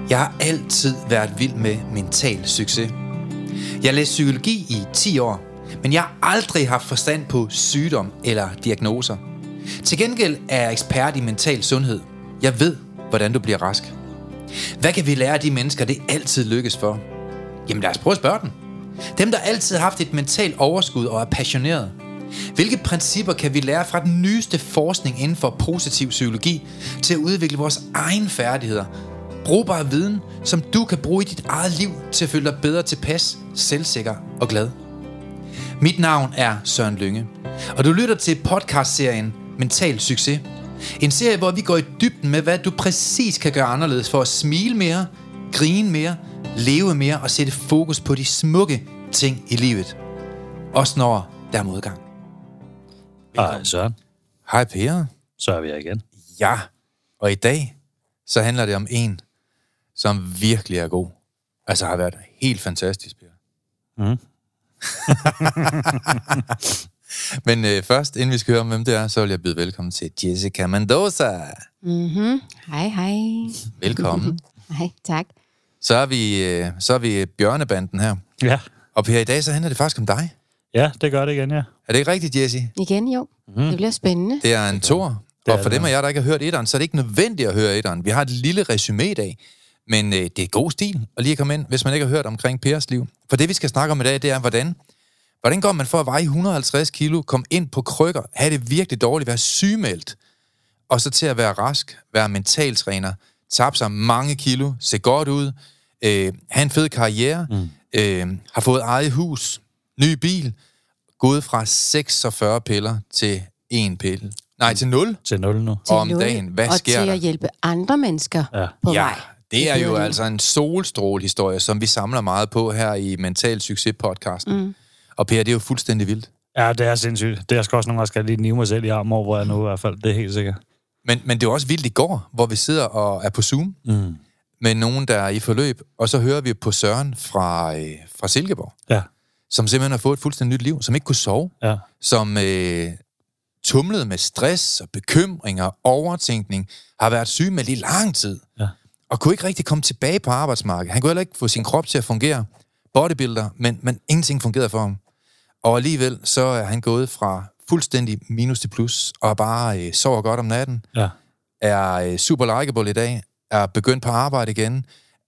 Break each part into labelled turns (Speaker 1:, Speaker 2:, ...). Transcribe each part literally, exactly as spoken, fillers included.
Speaker 1: Jeg har altid været vild med mental succes. Jeg læste psykologi i ti år, men jeg har aldrig haft forstand på sygdom eller diagnoser. Til gengæld er jeg ekspert i mental sundhed. Jeg ved, hvordan du bliver rask. Hvad kan vi lære af de mennesker, det altid lykkes for? Jamen lad os prøve at spørge dem. Dem, der altid har haft et mentalt overskud og er passioneret. Hvilke principper kan vi lære fra den nyeste forskning inden for positiv psykologi til at udvikle vores egne færdigheder? Brugbar viden, som du kan bruge i dit eget liv til at føle dig bedre tilpas, selvsikker og glad. Mit navn er Søren Lynge, og du lytter til podcastserien Mental Succes. En serie, hvor vi går i dybden med, hvad du præcis kan gøre anderledes for at smile mere, grine mere, leve mere og sætte fokus på de smukke ting i livet. Også når der er modgang.
Speaker 2: Hej Søren.
Speaker 1: Hej Per.
Speaker 2: Så er vi her igen.
Speaker 1: Ja, og i dag så handler det om en, som virkelig er god. Altså har været helt fantastisk, Per. Mm. Men øh, først, inden vi skal høre om, hvem det er, så vil jeg byde velkommen til Jessica Mendoza.
Speaker 3: Mhm. Hej, hej.
Speaker 1: Velkommen.
Speaker 3: Hej, tak.
Speaker 1: Så er vi, øh, så er vi Bjørnebanden her.
Speaker 2: Ja.
Speaker 1: Og Per, i dag så handler det faktisk om dig.
Speaker 2: Ja, det gør det igen, ja.
Speaker 1: Er det ikke rigtigt, Jessie?
Speaker 3: Igen, jo. Mm. Det bliver spændende.
Speaker 1: Det er en tor. Og for dem af jer, der ikke har hørt etteren, så er det ikke nødvendigt at høre etteren. Vi har et lille resume i dag. Men øh, det er god stil at lige komme ind, hvis man ikke har hørt omkring Pers liv. For det, vi skal snakke om i dag, det er, hvordan, hvordan går man for at veje et hundrede og halvtreds kilo, komme ind på krykker, have det virkelig dårligt, være sygemeldt, og så til at være rask, være mentaltræner, tabe sig mange kilo, se godt ud, øh, have en fed karriere, mm. øh, har fået eget hus, ny bil, gået fra seksogfyrre piller til en pille. Nej, til nul.
Speaker 2: Til nul nu.
Speaker 1: Om dagen. Hvad
Speaker 3: og
Speaker 1: sker der?
Speaker 3: Og til at hjælpe andre mennesker ja. på
Speaker 1: ja,
Speaker 3: vej.
Speaker 1: det er jo altså en solstrålehistorie, som vi samler meget på her i Mental Succes-podcasten. Mm. Og Per, det er jo fuldstændig vildt.
Speaker 2: Ja, det er sindssygt. Det er sgu også nogle gange, skal lige nive mig selv i armen over, hvor jeg nu i hvert fald. Det er helt sikkert.
Speaker 1: Men, men det er også vildt i går, hvor vi sidder og er på Zoom mm. med nogen, der er i forløb, og så hører vi på Søren fra, øh, fra Silkeborg, ja. som simpelthen har fået et fuldstændig nyt liv, som ikke kunne sove, ja. som øh, tumlede med stress og bekymringer og overtænkning, har været syg med lige lang tid, ja. og kunne ikke rigtig komme tilbage på arbejdsmarkedet. Han kunne heller ikke få sin krop til at fungere. Bodybuilder, men, men ingenting fungerede for ham. Og alligevel så er han gået fra fuldstændig minus til plus, og bare øh, sover godt om natten, ja. er øh, super likeable i dag, er begyndt på arbejde igen,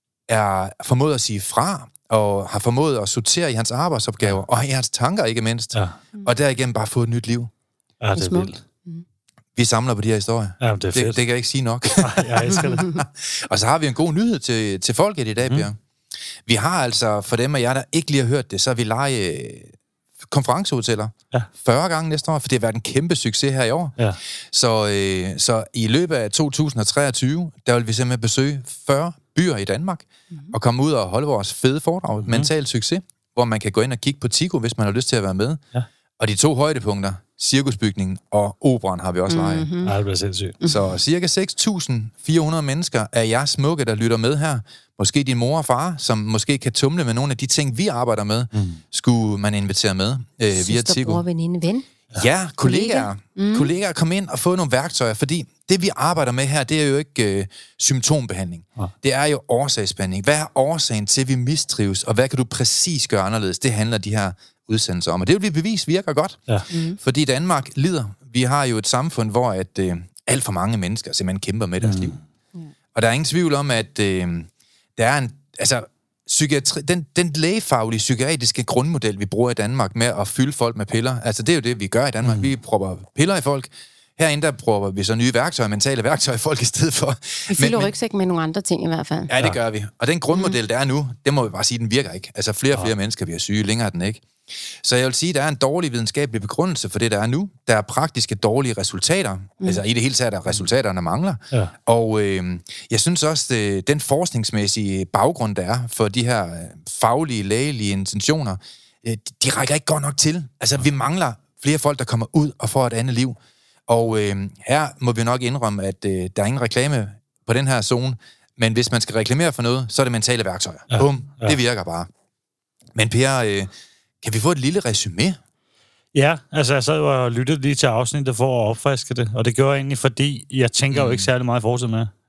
Speaker 1: er formået at sige fra, og har formået at sortere i hans arbejdsopgaver, ja. og i hans tanker ikke mindst, ja. og derigennem bare få et nyt liv.
Speaker 2: Ja, det er vildt.
Speaker 1: Mm. Vi samler på de her historier.
Speaker 2: Ja, det er fedt.
Speaker 1: Det, det kan jeg ikke sige nok.
Speaker 2: Nej, jeg elsker det.
Speaker 1: Og så har vi en god nyhed til, til folket i dag, mm. Bjørn. Vi har altså, for dem af jer, der ikke lige har hørt det, så har vi lejet konferencehoteller ja. fyrre gange næste år, for det har været en kæmpe succes her i år. Ja. Så, øh, så i løbet af to tusind treogtyve, der vil vi simpelthen besøge fyrre byer i Danmark, mm-hmm. og komme ud og holde vores fede foredrag, mm-hmm. mental succes, hvor man kan gå ind og kigge på Tico, hvis man har lyst til at være med. Ja. Og de to højdepunkter, cirkusbygningen og operan, har vi også lejet.
Speaker 2: Mm-hmm. Ja, det bliver sindssygt.
Speaker 1: Så cirka seks tusind fire hundrede mennesker er jer smukke, der lytter med her. Måske din mor og far, som måske kan tumle med nogle af de ting, vi arbejder med, mm. skulle man invitere med øh, via Tico.
Speaker 3: Søster, bror, veninde, ven.
Speaker 1: Ja, kollegaer. Mm. Kollegaer komme ind og få nogle værktøjer, fordi det, vi arbejder med her, det er jo ikke øh, symptombehandling. Ja. Det er jo årsagsbehandling. Hvad er årsagen til, at vi mistrives, og hvad kan du præcis gøre anderledes? Det handler de her udsendelser om. Og det vil vi bevise virker godt. Ja. Mm. Fordi Danmark lider. Vi har jo et samfund, hvor at, øh, alt for mange mennesker simpelthen kæmper med deres mm. liv. Mm. Og der er ingen tvivl om, at øh, der er en... Altså, psykiatri, den, den lægefaglige psykiatriske grundmodel, vi bruger i Danmark med at fylde folk med piller, altså det er jo det, vi gør i Danmark. Mm. Vi propper piller i folk. Herinde, der propper vi så nye værktøjer, mentale værktøjer i folk i stedet for.
Speaker 3: Vi fylder rygsæk med nogle andre ting i hvert fald.
Speaker 1: Ja, det gør vi. Og den grundmodel, der er nu, det må vi bare sige, den virker ikke. Altså flere og flere ja. mennesker bliver syge, længere den ikke. Så jeg vil sige, at der er en dårlig videnskabelig begrundelse for det, der er nu. Der er praktiske dårlige resultater. Mm. Altså i det hele taget, der resultaterne mangler. Ja. Og øh, jeg synes også, at den forskningsmæssige baggrund, der er for de her faglige, lægelige intentioner, de rækker ikke godt nok til. Altså vi mangler flere folk, der kommer ud og får et andet liv. Og øh, her må vi nok indrømme, at øh, der er ingen reklame på den her zone. Men hvis man skal reklamere for noget, så er det mentale værktøjer. Ja. Bum, ja. Det virker bare. Men Per... Øh, Kan vi få et lille resume?
Speaker 2: Ja, altså jeg sad og lyttede lige til afsnittet for at opfriske det, og det gjorde jeg egentlig, fordi jeg tænker mm. jo ikke særlig meget i fortid med.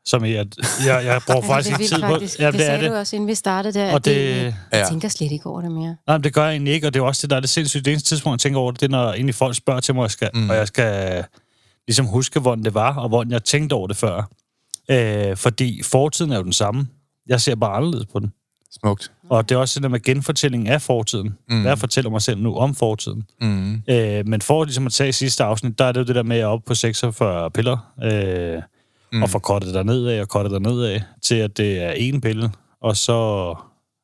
Speaker 2: Som i, at jeg, jeg bruger faktisk ikke tid på...
Speaker 3: Faktisk. Ja, det, det sagde det. du også, inden vi startede der. Og det, det, jeg ja. tænker slet ikke over det mere.
Speaker 2: Nej, men det gør jeg egentlig ikke, og det er også det, der er det sindssygt. Det eneste tidspunkt, jeg tænker over det, det er, når egentlig folk spørger til mig, og, skal, mm. og jeg skal ligesom huske, hvordan det var, og hvordan jeg tænkte over det før. Øh, fordi fortiden er jo den samme. Jeg ser bare anderledes på den.
Speaker 1: Smukt.
Speaker 2: Og det er også det der med genfortælling af fortiden. Mm. Hvad fortæller mig selv nu om fortiden? Mm. Øh, men for ligesom at tage i sidste afsnit, der er det jo det der med, at jeg er oppe på seksogfyrre piller, øh, mm. og får kottet der nedad og kottet der nedad, til at det er en pille, og så,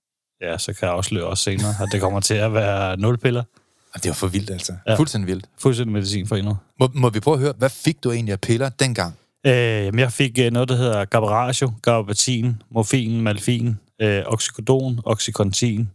Speaker 2: ja, så kan jeg afsløre også senere, at det kommer til at være nul piller.
Speaker 1: Det var for vildt, altså. Ja. Fuldstændig vildt.
Speaker 2: Fuldstændig medicin for endnu.
Speaker 1: Må, må vi prøve at høre, hvad fik du egentlig af piller dengang?
Speaker 2: Øh, jamen, jeg fik øh, noget, der hedder gabapentin, gabapentin, morfin, malfin, øh, oxycodon, oxycontin.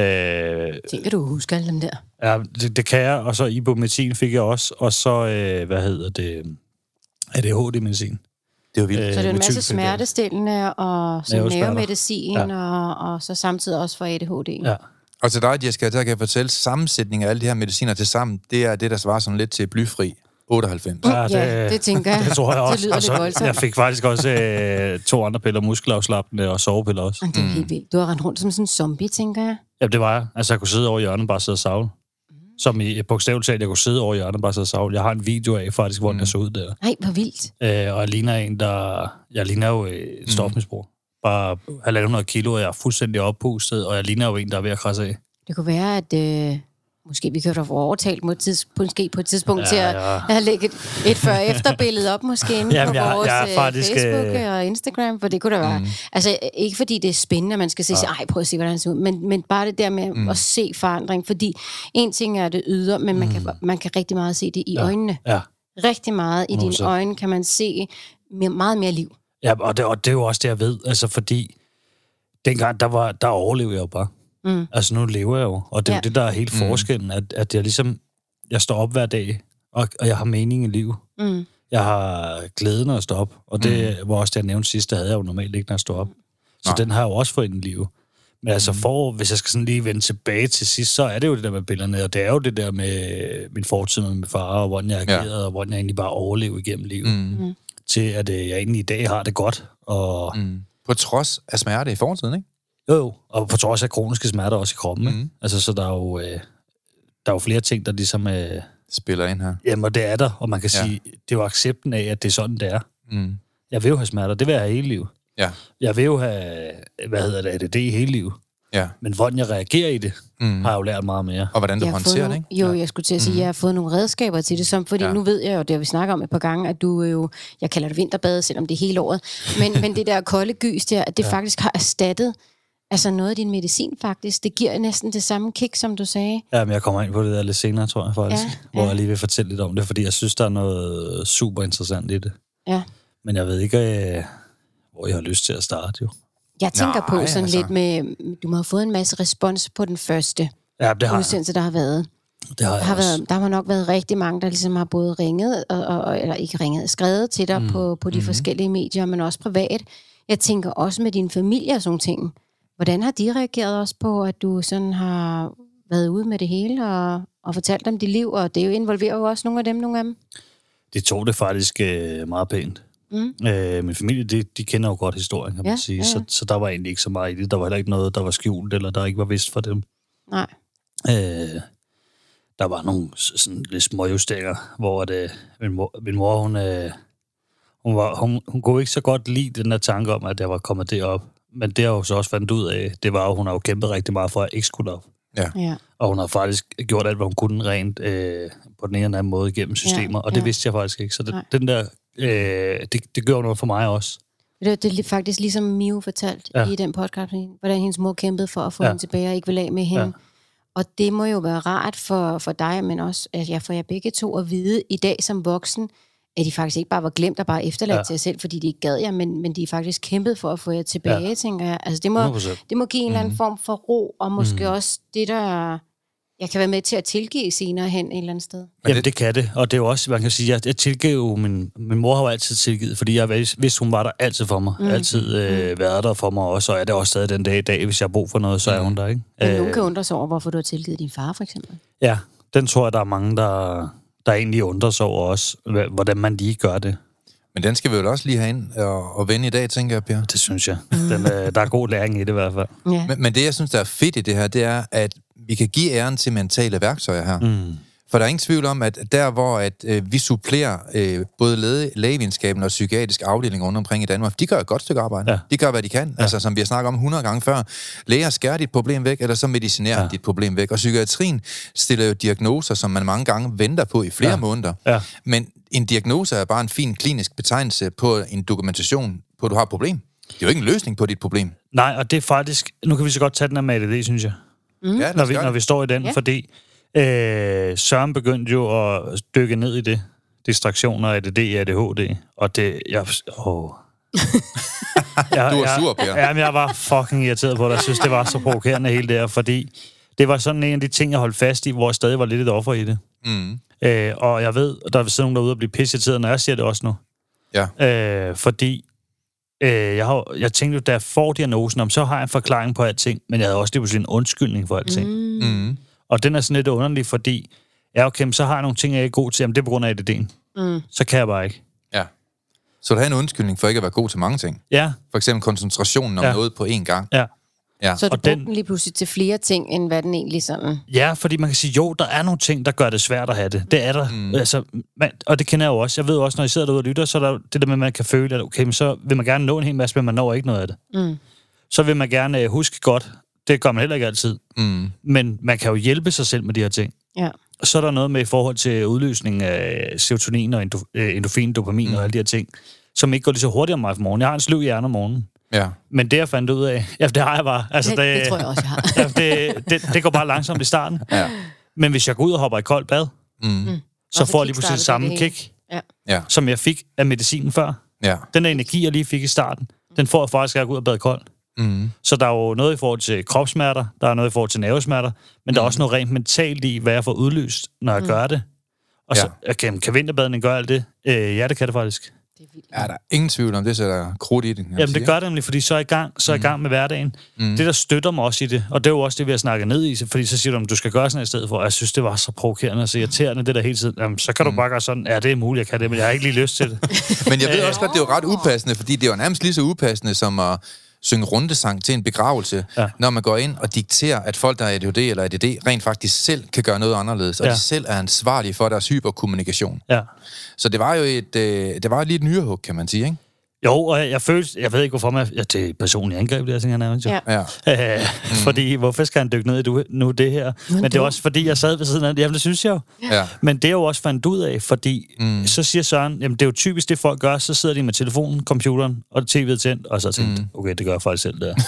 Speaker 3: Øh, Tænker du huske alle dem der?
Speaker 2: Ja, det, det kan jeg, og så ibuprofen fik jeg også, og så, øh, hvad hedder det, A D H D-medicin.
Speaker 1: Det var vildt.
Speaker 3: Øh, så det er en masse smertestillende og nervemedicin, ja. og, og så samtidig også for A D H D.
Speaker 2: Ja.
Speaker 1: Og til dig, Jessica, der kan jeg fortælle, sammensætningen af alle de her mediciner til sammen, det er det, der svarer sådan lidt til blyfri otteoghalvfems.
Speaker 3: Ja, det, ja, det tænker jeg.
Speaker 2: Det tror jeg også.
Speaker 3: Det lyder
Speaker 2: altså,
Speaker 3: lidt voldsomt.
Speaker 2: Jeg fik faktisk også øh, to andre piller, muskelafslappende og sovepiller også.
Speaker 3: Og det er helt vildt. Du har rendt rundt som sådan en zombie, tænker jeg.
Speaker 2: Ja, det var jeg. Altså, jeg kunne sidde over hjørnet og bare sidde og savle. Som i bogstaveligt talt, jeg kunne sidde over hjørnet og bare sidde og savle. Jeg har en video af faktisk, hvor mm. jeg så ud der.
Speaker 3: Nej, hvor vildt.
Speaker 2: Øh, og jeg ligner en, der... Jeg ligner jo et stofmisbrug. Mm. Bare halvanden hundrede kilo, og jeg er fuldstændig oppustet, og jeg ligner jo en, der er ved at krasse af.
Speaker 3: Det kunne være, at øh, måske vi kan da få overtalt på et, tids, måske på et tidspunkt ja, til at, ja. at lægge et, et før-efter-billede op, måske inde Jamen, på jeg, vores jeg faktisk, Facebook øh... og Instagram, for det kunne da være... Mm. Altså, ikke fordi det er spændende, at man skal se, ja. ej, prøv at se, hvordan det ser ud, men, men bare det der med mm. at se forandring, fordi en ting er det ydre, men man, mm. kan, man kan rigtig meget se det i ja. øjnene. Ja. Rigtig meget i dine øjne kan man se mere, meget mere liv.
Speaker 2: Ja, og det, og det er jo også det, jeg ved, altså fordi dengang, der, var, der overlevede jeg jo bare. Mm. Altså, nu lever jeg jo, og det er ja. jo det, der er helt forskellen, at, at jeg ligesom, jeg står op hver dag, og, og jeg har mening i livet. Mm. Jeg har glæden at stå op, og det mm. var også det, jeg nævnte sidst, der havde jeg jo normalt ikke, når jeg stod op. Så Nej. den har jeg jo også fået ind i livet. Men altså, for, hvis jeg skal sådan lige vende tilbage til sidst, så er det jo det der med billederne, og det er jo det der med min fortid med min far, og hvordan jeg agerede, ja. og hvordan jeg egentlig bare overlever igennem livet. Mm. Til at jeg egentlig i dag har det godt. Og
Speaker 1: mm. På trods af smerte i fortiden, ikke?
Speaker 2: Jo, jo, og på trods af kroniske smerter også i kroppen, mm. ikke? Altså, så der er jo, øh, der er jo flere ting, der ligesom... Øh,
Speaker 1: spiller ind her.
Speaker 2: Jamen, og det er der, og man kan ja. sige, det er jo accepten af, at det er sådan, det er. Mm. Jeg vil jo have smerter, det vil jeg have hele livet. Ja. Jeg vil jo have, hvad hedder det, A D D i hele livet. Ja. Men hvordan jeg reagerer i det, mm. har jeg jo lært meget mere.
Speaker 1: Og hvordan du håndterer det, ikke?
Speaker 3: Jo, jeg skulle til at sige, at jeg har fået nogle redskaber til det, som, fordi ja. nu ved jeg jo, det har vi snakket om et par gange, at du jo, jeg kalder det vinterbade, selvom det er hele året, men, men det der kolde gys der, at det ja. faktisk har erstattet altså noget af din medicin faktisk. Det giver næsten det samme kick, som du sagde.
Speaker 2: Ja, men jeg kommer ind på det der lidt senere, tror jeg faktisk. Ja, hvor ja. jeg lige vil fortælle lidt om det, fordi jeg synes, der er noget super interessant i det. Ja. Men jeg ved ikke, hvor jeg har lyst til at starte, jo.
Speaker 3: Jeg tænker Nej, på sådan altså. lidt med... Du må have fået en masse respons på den første
Speaker 2: ja, det har
Speaker 3: udsendelse, der har været.
Speaker 2: Det har,
Speaker 3: der, har været, der har nok været rigtig mange, der ligesom har både ringet, og, og, eller ikke ringet, skrevet til dig mm. på, på de mm. forskellige medier, men også privat. Jeg tænker også med din familie og sådan ting. Hvordan har de reageret også på, at du sådan har været ude med det hele og, og fortalt dem dit liv, og det jo involverer jo også nogle af dem, nogle af dem?
Speaker 2: De tog det faktisk øh, meget pænt. Mm. Øh, min familie, de, de kender jo godt historien, kan man ja, sige, ja, ja. Så, så der var egentlig ikke så meget i det. Der var heller ikke noget, der var skjult, eller der ikke var vidst for dem.
Speaker 3: Nej.
Speaker 2: Øh, der var nogle sådan lidt små justeringer, hvor det, min, mor, min mor, hun, øh, hun, var, hun, hun kunne ikke så godt lide den der tanke om, at jeg var kommet derop. Men det har jo så også fandt ud af, det var jo, hun har jo kæmpet rigtig meget for, at jeg ikke skulle op.
Speaker 1: Ja.
Speaker 3: Ja.
Speaker 2: Og hun har faktisk gjort alt, hvad hun kunne rent øh, på den ene eller anden måde igennem systemer, ja, og det ja. vidste jeg faktisk ikke. Så det, den der, øh, det, det gør noget for mig også.
Speaker 3: Det, det er faktisk ligesom Mio fortalt ja. i den podcast, hvordan hendes mor kæmpede for at få ja. hende tilbage og ikke vil af med hende. Ja. Og det må jo være rart for, for dig, men også at jeg, for jer begge to at vide i dag som voksen, at de faktisk ikke bare var glemt og bare efterladt ja. til jer selv, fordi de ikke gad jer, men, men de faktisk kæmpede for at få jer tilbage, ja. tænker jeg. Altså det må, det må give en eller anden form for ro, og måske mm. også det, der jeg kan være med til at tilgive senere hen et eller andet sted.
Speaker 2: Jamen det kan det, og det er jo også, man kan sige, at jeg tilgiver jo, min, min mor har jo altid tilgivet, fordi jeg vidste, hun var der altid for mig, mm. altid øh, mm. været der for mig også, og er det også stadig den dag i dag, hvis jeg har brug for noget, så er hun der, ikke?
Speaker 3: Men nogen kan undre sig over, hvorfor du har tilgivet din far, for eksempel.
Speaker 2: Ja, den tror jeg, der er mange, der, der egentlig undrer sig over også, hvordan man lige gør det.
Speaker 1: Men den skal vi jo også lige have ind og, og vende i dag, tænker jeg, Per.
Speaker 2: Det synes jeg. Den, øh, der er god læring i det i hvert fald.
Speaker 3: Ja.
Speaker 1: Men, men det, jeg synes, der er fedt i det her, det er, at vi kan give æren til mentale værktøjer her. Mm. For der er ingen tvivl om, at der, hvor at, øh, vi supplerer øh, både læge, lægevidenskaben og psykiatrisk afdeling rundt omkring i Danmark, de gør et godt stykke arbejde. Ja. De gør, hvad de kan. Ja. Altså, som vi har snakket om hundrede gange før. Læger skærer dit problem væk, eller så medicinerer ja. dit problem væk. Og psykiatrien stiller jo diagnoser, som man mange gange venter på i flere ja. måneder. Ja. Men en diagnose er bare en fin klinisk betegnelse på en dokumentation på, at du har et problem. Det er jo ikke en løsning på dit problem.
Speaker 2: Nej, og det er faktisk... Nu kan vi så godt tage den her med A D D, synes jeg. Mm. Ja, når, vi, når vi står i den, ja. fordi... Øh, Søren begyndte jo at dykke ned i det. Distraktioner, A D D, A D H D. Og det... Jeg, åh. jeg,
Speaker 1: du var sur, Per.
Speaker 2: Jeg, jeg, jeg var fucking irriteret på det. Jeg synes, det var så provokerende hele det her, fordi det var sådan en af de ting, jeg holdt fast i, hvor jeg stadig var lidt et offer i det. Mm. Øh, og jeg ved, der vil sidde nogen derude og blive pisseirriteret, når jeg siger det også nu. Ja. Øh, fordi øh, jeg, har, jeg tænkte jo, da jeg får diagnosen, om så har jeg en forklaring på alting, men jeg havde også lige pludselig en undskyldning for alting. Mm. Mm. Og den er sådan lidt underlig, fordi ja, okay, så har jeg nogle ting, jeg er ikke god til, jamen det er på grund af A D D'en. Mm. Så kan jeg bare ikke.
Speaker 1: Ja. Så du har en undskyldning for ikke at være god til mange ting.
Speaker 2: Ja.
Speaker 1: For eksempel koncentrationen om ja. noget på én gang.
Speaker 2: Ja.
Speaker 3: Ja. Så du brugte den lige pludselig til flere ting, end hvad den egentlig sådan...
Speaker 2: Ja, fordi man kan sige, jo, der er nogle ting, der gør det svært at have det. Det er der. Mm. Altså, man, og det kender jeg jo også. Jeg ved også, når I sidder derude og lytter, så er der det der med, at man kan føle, at okay, men så vil man gerne nå en hel masse, men man når ikke noget af det. Mm. Så vil man gerne uh, huske godt. Det gør man heller ikke altid. Mm. Men man kan jo hjælpe sig selv med de her ting. Ja. Så er der noget med i forhold til udløsning af serotonin og endorfin, dopamin mm. og alle de her ting, som ikke går lige så hurtigt om mig for morgenen. Jeg har en sløv hjerne om morgenen. Ja. Men det, jeg fandt ud af... Ja, det har jeg bare. Altså,
Speaker 3: det, det, det tror jeg også, jeg har.
Speaker 2: Ja, det, det, det går bare langsomt i starten. Ja. Men hvis jeg går ud og hopper i koldt bad, mm. så får jeg lige pludselig samme kick, ja. Ja. som jeg fik af medicinen før. Ja. Den der energi, jeg lige fik i starten, den får jeg faktisk, at jeg går ud og bade koldt. Mm. Så der er jo noget i forhold til kropssmerter, der er noget i forhold til nervesmerter, men mm. der er også noget rent mentalt i, hvad jeg får udløst, når jeg mm. gør det. Og ja. så okay, kan vinterbadning gøre alt det? Øh, ja, det kan det faktisk.
Speaker 1: Ja, der er ingen tvivl om det, sætter krudt i det.
Speaker 2: Jamen, det gør det nemlig, fordi så er jeg i gang, så er jeg i gang med hverdagen. Mm. Det, der støtter mig også i det, og det er jo også det, vi har snakket ned i, fordi så siger du, at du skal gøre sådan et sted for, og jeg synes, det var så provokerende og så irriterende, det der hele tiden. Jamen, så kan du mm. bare gøre sådan, ja, det er muligt, jeg kan det, men jeg har ikke lige lyst til det.
Speaker 1: Men jeg ved også godt, det er jo ret upassende, fordi det er jo nærmest lige så upassende som at synge rundesang til en begravelse, ja. når man går ind og dikterer, at folk, der er A D H D eller A D D, rent faktisk selv kan gøre noget anderledes, og ja. de selv er ansvarlige for deres hyperkommunikation. Ja. Så det var jo et, øh, det var lige et nyrehug, kan man sige, ikke?
Speaker 2: Jo, og jeg, jeg følte, jeg ved ikke, hvorfor man... Ja, det er personligt angreb, det jeg tænker nærmest jo. Ja. Ja. Øh, mm. Fordi, hvorfor skal han dykke ned i du, nu det her? Men det er også, fordi jeg sad ved siden af det. Jamen, det synes jeg jo. Ja. Men det er jo også fandt ud af, fordi mm. så siger Søren, jamen, det er jo typisk det, folk gør. Så sidder de med telefonen, computeren og tv'et tændt, og så tænkte mm. okay, det gør jeg faktisk selv der.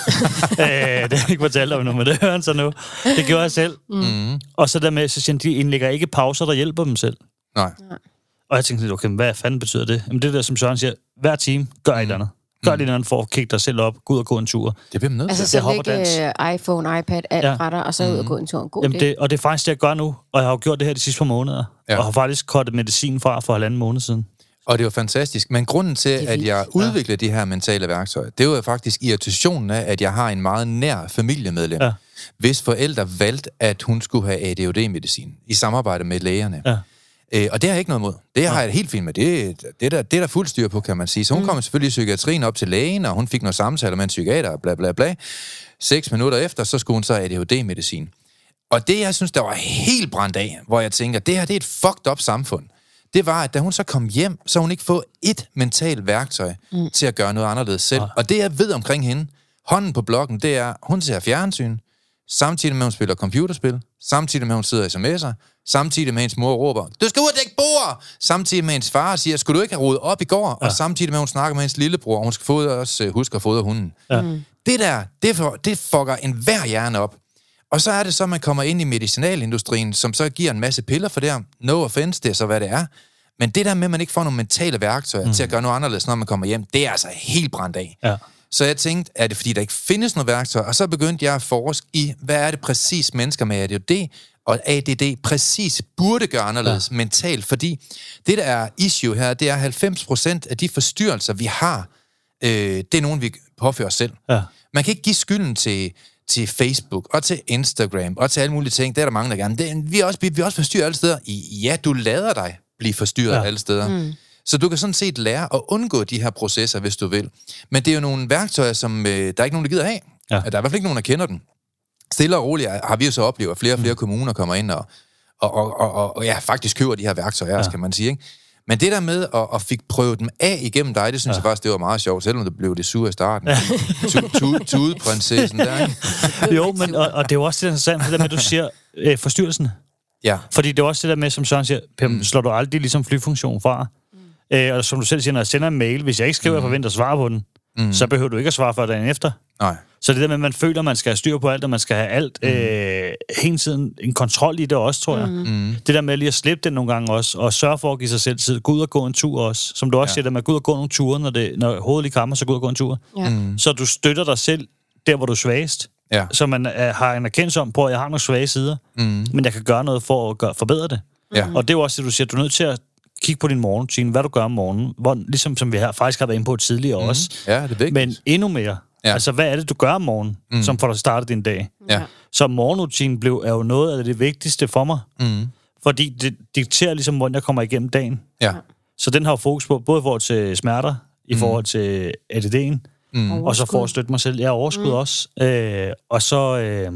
Speaker 2: øh, det har ikke fortalt om nu, men det hører han så nu. Det gjorde jeg selv. Mm. Og så der med, så siger de indlægger ikke pauser, der hjælper dem selv. Nej. Og jeg tænkte lidt, okay, hvad fanden betyder det? Jamen det der, som Søren siger, hver time, gør et eller andet. Gør et eller andet for at kigge dig selv op, gå ud og gå en tur.
Speaker 1: Det bliver man nødt
Speaker 3: til. Altså så lægge iPhone, iPad, alt ja. fra dig, og så ud og gå en tur. God
Speaker 2: Jamen, det, og det er faktisk det, jeg gør nu. Og jeg har jo gjort det her de sidste par måneder. Ja. Og har faktisk kortet medicin fra for halvanden måned siden.
Speaker 1: Og det var fantastisk. Men grunden til, at jeg udviklede ja. de her mentale værktøjer, det var jo faktisk irritationen af, at jeg har en meget nær familiemedlem, ja. hvis forældre valgte, at hun skulle have A D H D-medicin i samarbejde med lægerne. Ja. Øh, og det har jeg ikke noget mod. Det har jeg det helt fint med. Det, det, er der, det er der fuld styr på, kan man sige. Så hun mm. kom selvfølgelig i psykiatrien op til lægen, og hun fik nogle samtaler med en psykiater, bla bla bla. Seks minutter efter, så skulle hun så have A D H D-medicin. Og det, jeg synes, der var helt brændt af, hvor jeg tænker, det her, det er et fucked up samfund. Det var, at da hun så kom hjem, så hun ikke fået et mentalt værktøj mm. til at gøre noget anderledes selv. Ja. Og det, jeg ved omkring hende, hånden på blokken, det er, hun ser fjernsyn, samtidig med, at hun spiller computerspil, samtidig med, at hun sidder og sms'er, samtidig med, at hendes mor råber, du skal ud og dække bord! Samtidig med, at hendes far siger, skulle du ikke have rodet op i går? Ja. Og samtidig med, at hun snakker med hendes lillebror, og hun skal fodre, også huske at fodre hunden. Ja. Mm. Det der, det, for, det fucker en hver hjerne op. Og så er det så, at man kommer ind i medicinalindustrien, som så giver en masse piller for det her. No offense, det er så, hvad det er. Men det der med, at man ikke får nogle mentale værktøjer mm. til at gøre noget anderledes, når man kommer hjem, det er altså helt brændt af. Ja. Så jeg tænkte, er det fordi, der ikke findes noget værktøj? Og så begyndte jeg at forske i, hvad er det præcis mennesker med A D H D og A D D præcis burde gøre anderledes ja. mentalt. Fordi det, der er issue her, det er halvfems procent af de forstyrrelser, vi har, øh, det er nogen, vi påfører os selv. Ja. Man kan ikke give skylden til, til Facebook og til Instagram og til alle mulige ting. Det er der mange, der gerne. Det, vi, er også, vi er også forstyrret alle steder. Ja, du lader dig blive forstyrret ja. alle steder. Mm. Så du kan sådan set lære at undgå de her processer, hvis du vil. Men det er jo nogle værktøjer, som øh, der er ikke nogen, der gider have. Ja. Der er i hvert fald ikke nogen, der kender den. Stille og roligt har vi jo så oplevet, at flere og flere mm. kommuner kommer ind og, og, og, og, og, og ja, faktisk køber de her værktøjer, ja. kan man sige, ikke? Men det der med at, at fik prøvet dem af igennem dig, det synes ja. jeg faktisk, det var meget sjovt, selvom det blev det sure i starten. Ja. Tudeprinsessen der, ikke?
Speaker 2: Jo, men, og, og det er jo også det interessant, det der med, at du siger øh, forstyrrelserne.
Speaker 1: Ja.
Speaker 2: Fordi det er også det der med, som Søren siger, Pim, mm. slår du aldrig ligesom flyfunktion fra. Mm. Øh, og som du selv siger, når jeg sender en mail, hvis jeg ikke skriver, mm. jeg forventer svar på den, mm. så behøver du ikke at svare for dagen efter.
Speaker 1: Nej.
Speaker 2: Så det der med, at man føler, at man skal have styr på alt, og man skal have alt, mm. øh, hele tiden en kontrol i det også, tror jeg. Mm. Det der med lige at slippe det nogle gange også, og sørge for at give sig selv tid. Gå ud og gå en tur også. Som du også ja. siger, at man går ud og gå nogle ture, når, det, når hovedet lige kammer, så gå ud og gå en tur. Ja. Mm. Så du støtter dig selv der, hvor du er svagest. Ja. Så man uh, har en erkendelse om på, at jeg har nogle svage sider, mm. men jeg kan gøre noget for at gøre, forbedre det. Ja. Og det er jo også det, du siger, at du er nødt til at kigge på din morgenrutine, hvad du gør om morgenen, hvor, ligesom som vi her faktisk har været inde på tidligere mm. også.
Speaker 1: Ja, det er vigtigt.
Speaker 2: Men endnu mere. Ja. Altså, hvad er det, du gør om morgenen, mm. som får dig startet din dag?
Speaker 1: Ja.
Speaker 2: Så morgenrutinen blev, er jo noget af det vigtigste for mig. Mm. Fordi det dikterer ligesom, hvordan jeg kommer igennem dagen.
Speaker 1: Ja.
Speaker 2: Så den har jo fokus på, både i forhold til smerter, i mm. forhold til A D D'en, mm. og så for at støtte mig selv. Jeg har overskud mm. også. Øh, og så øh,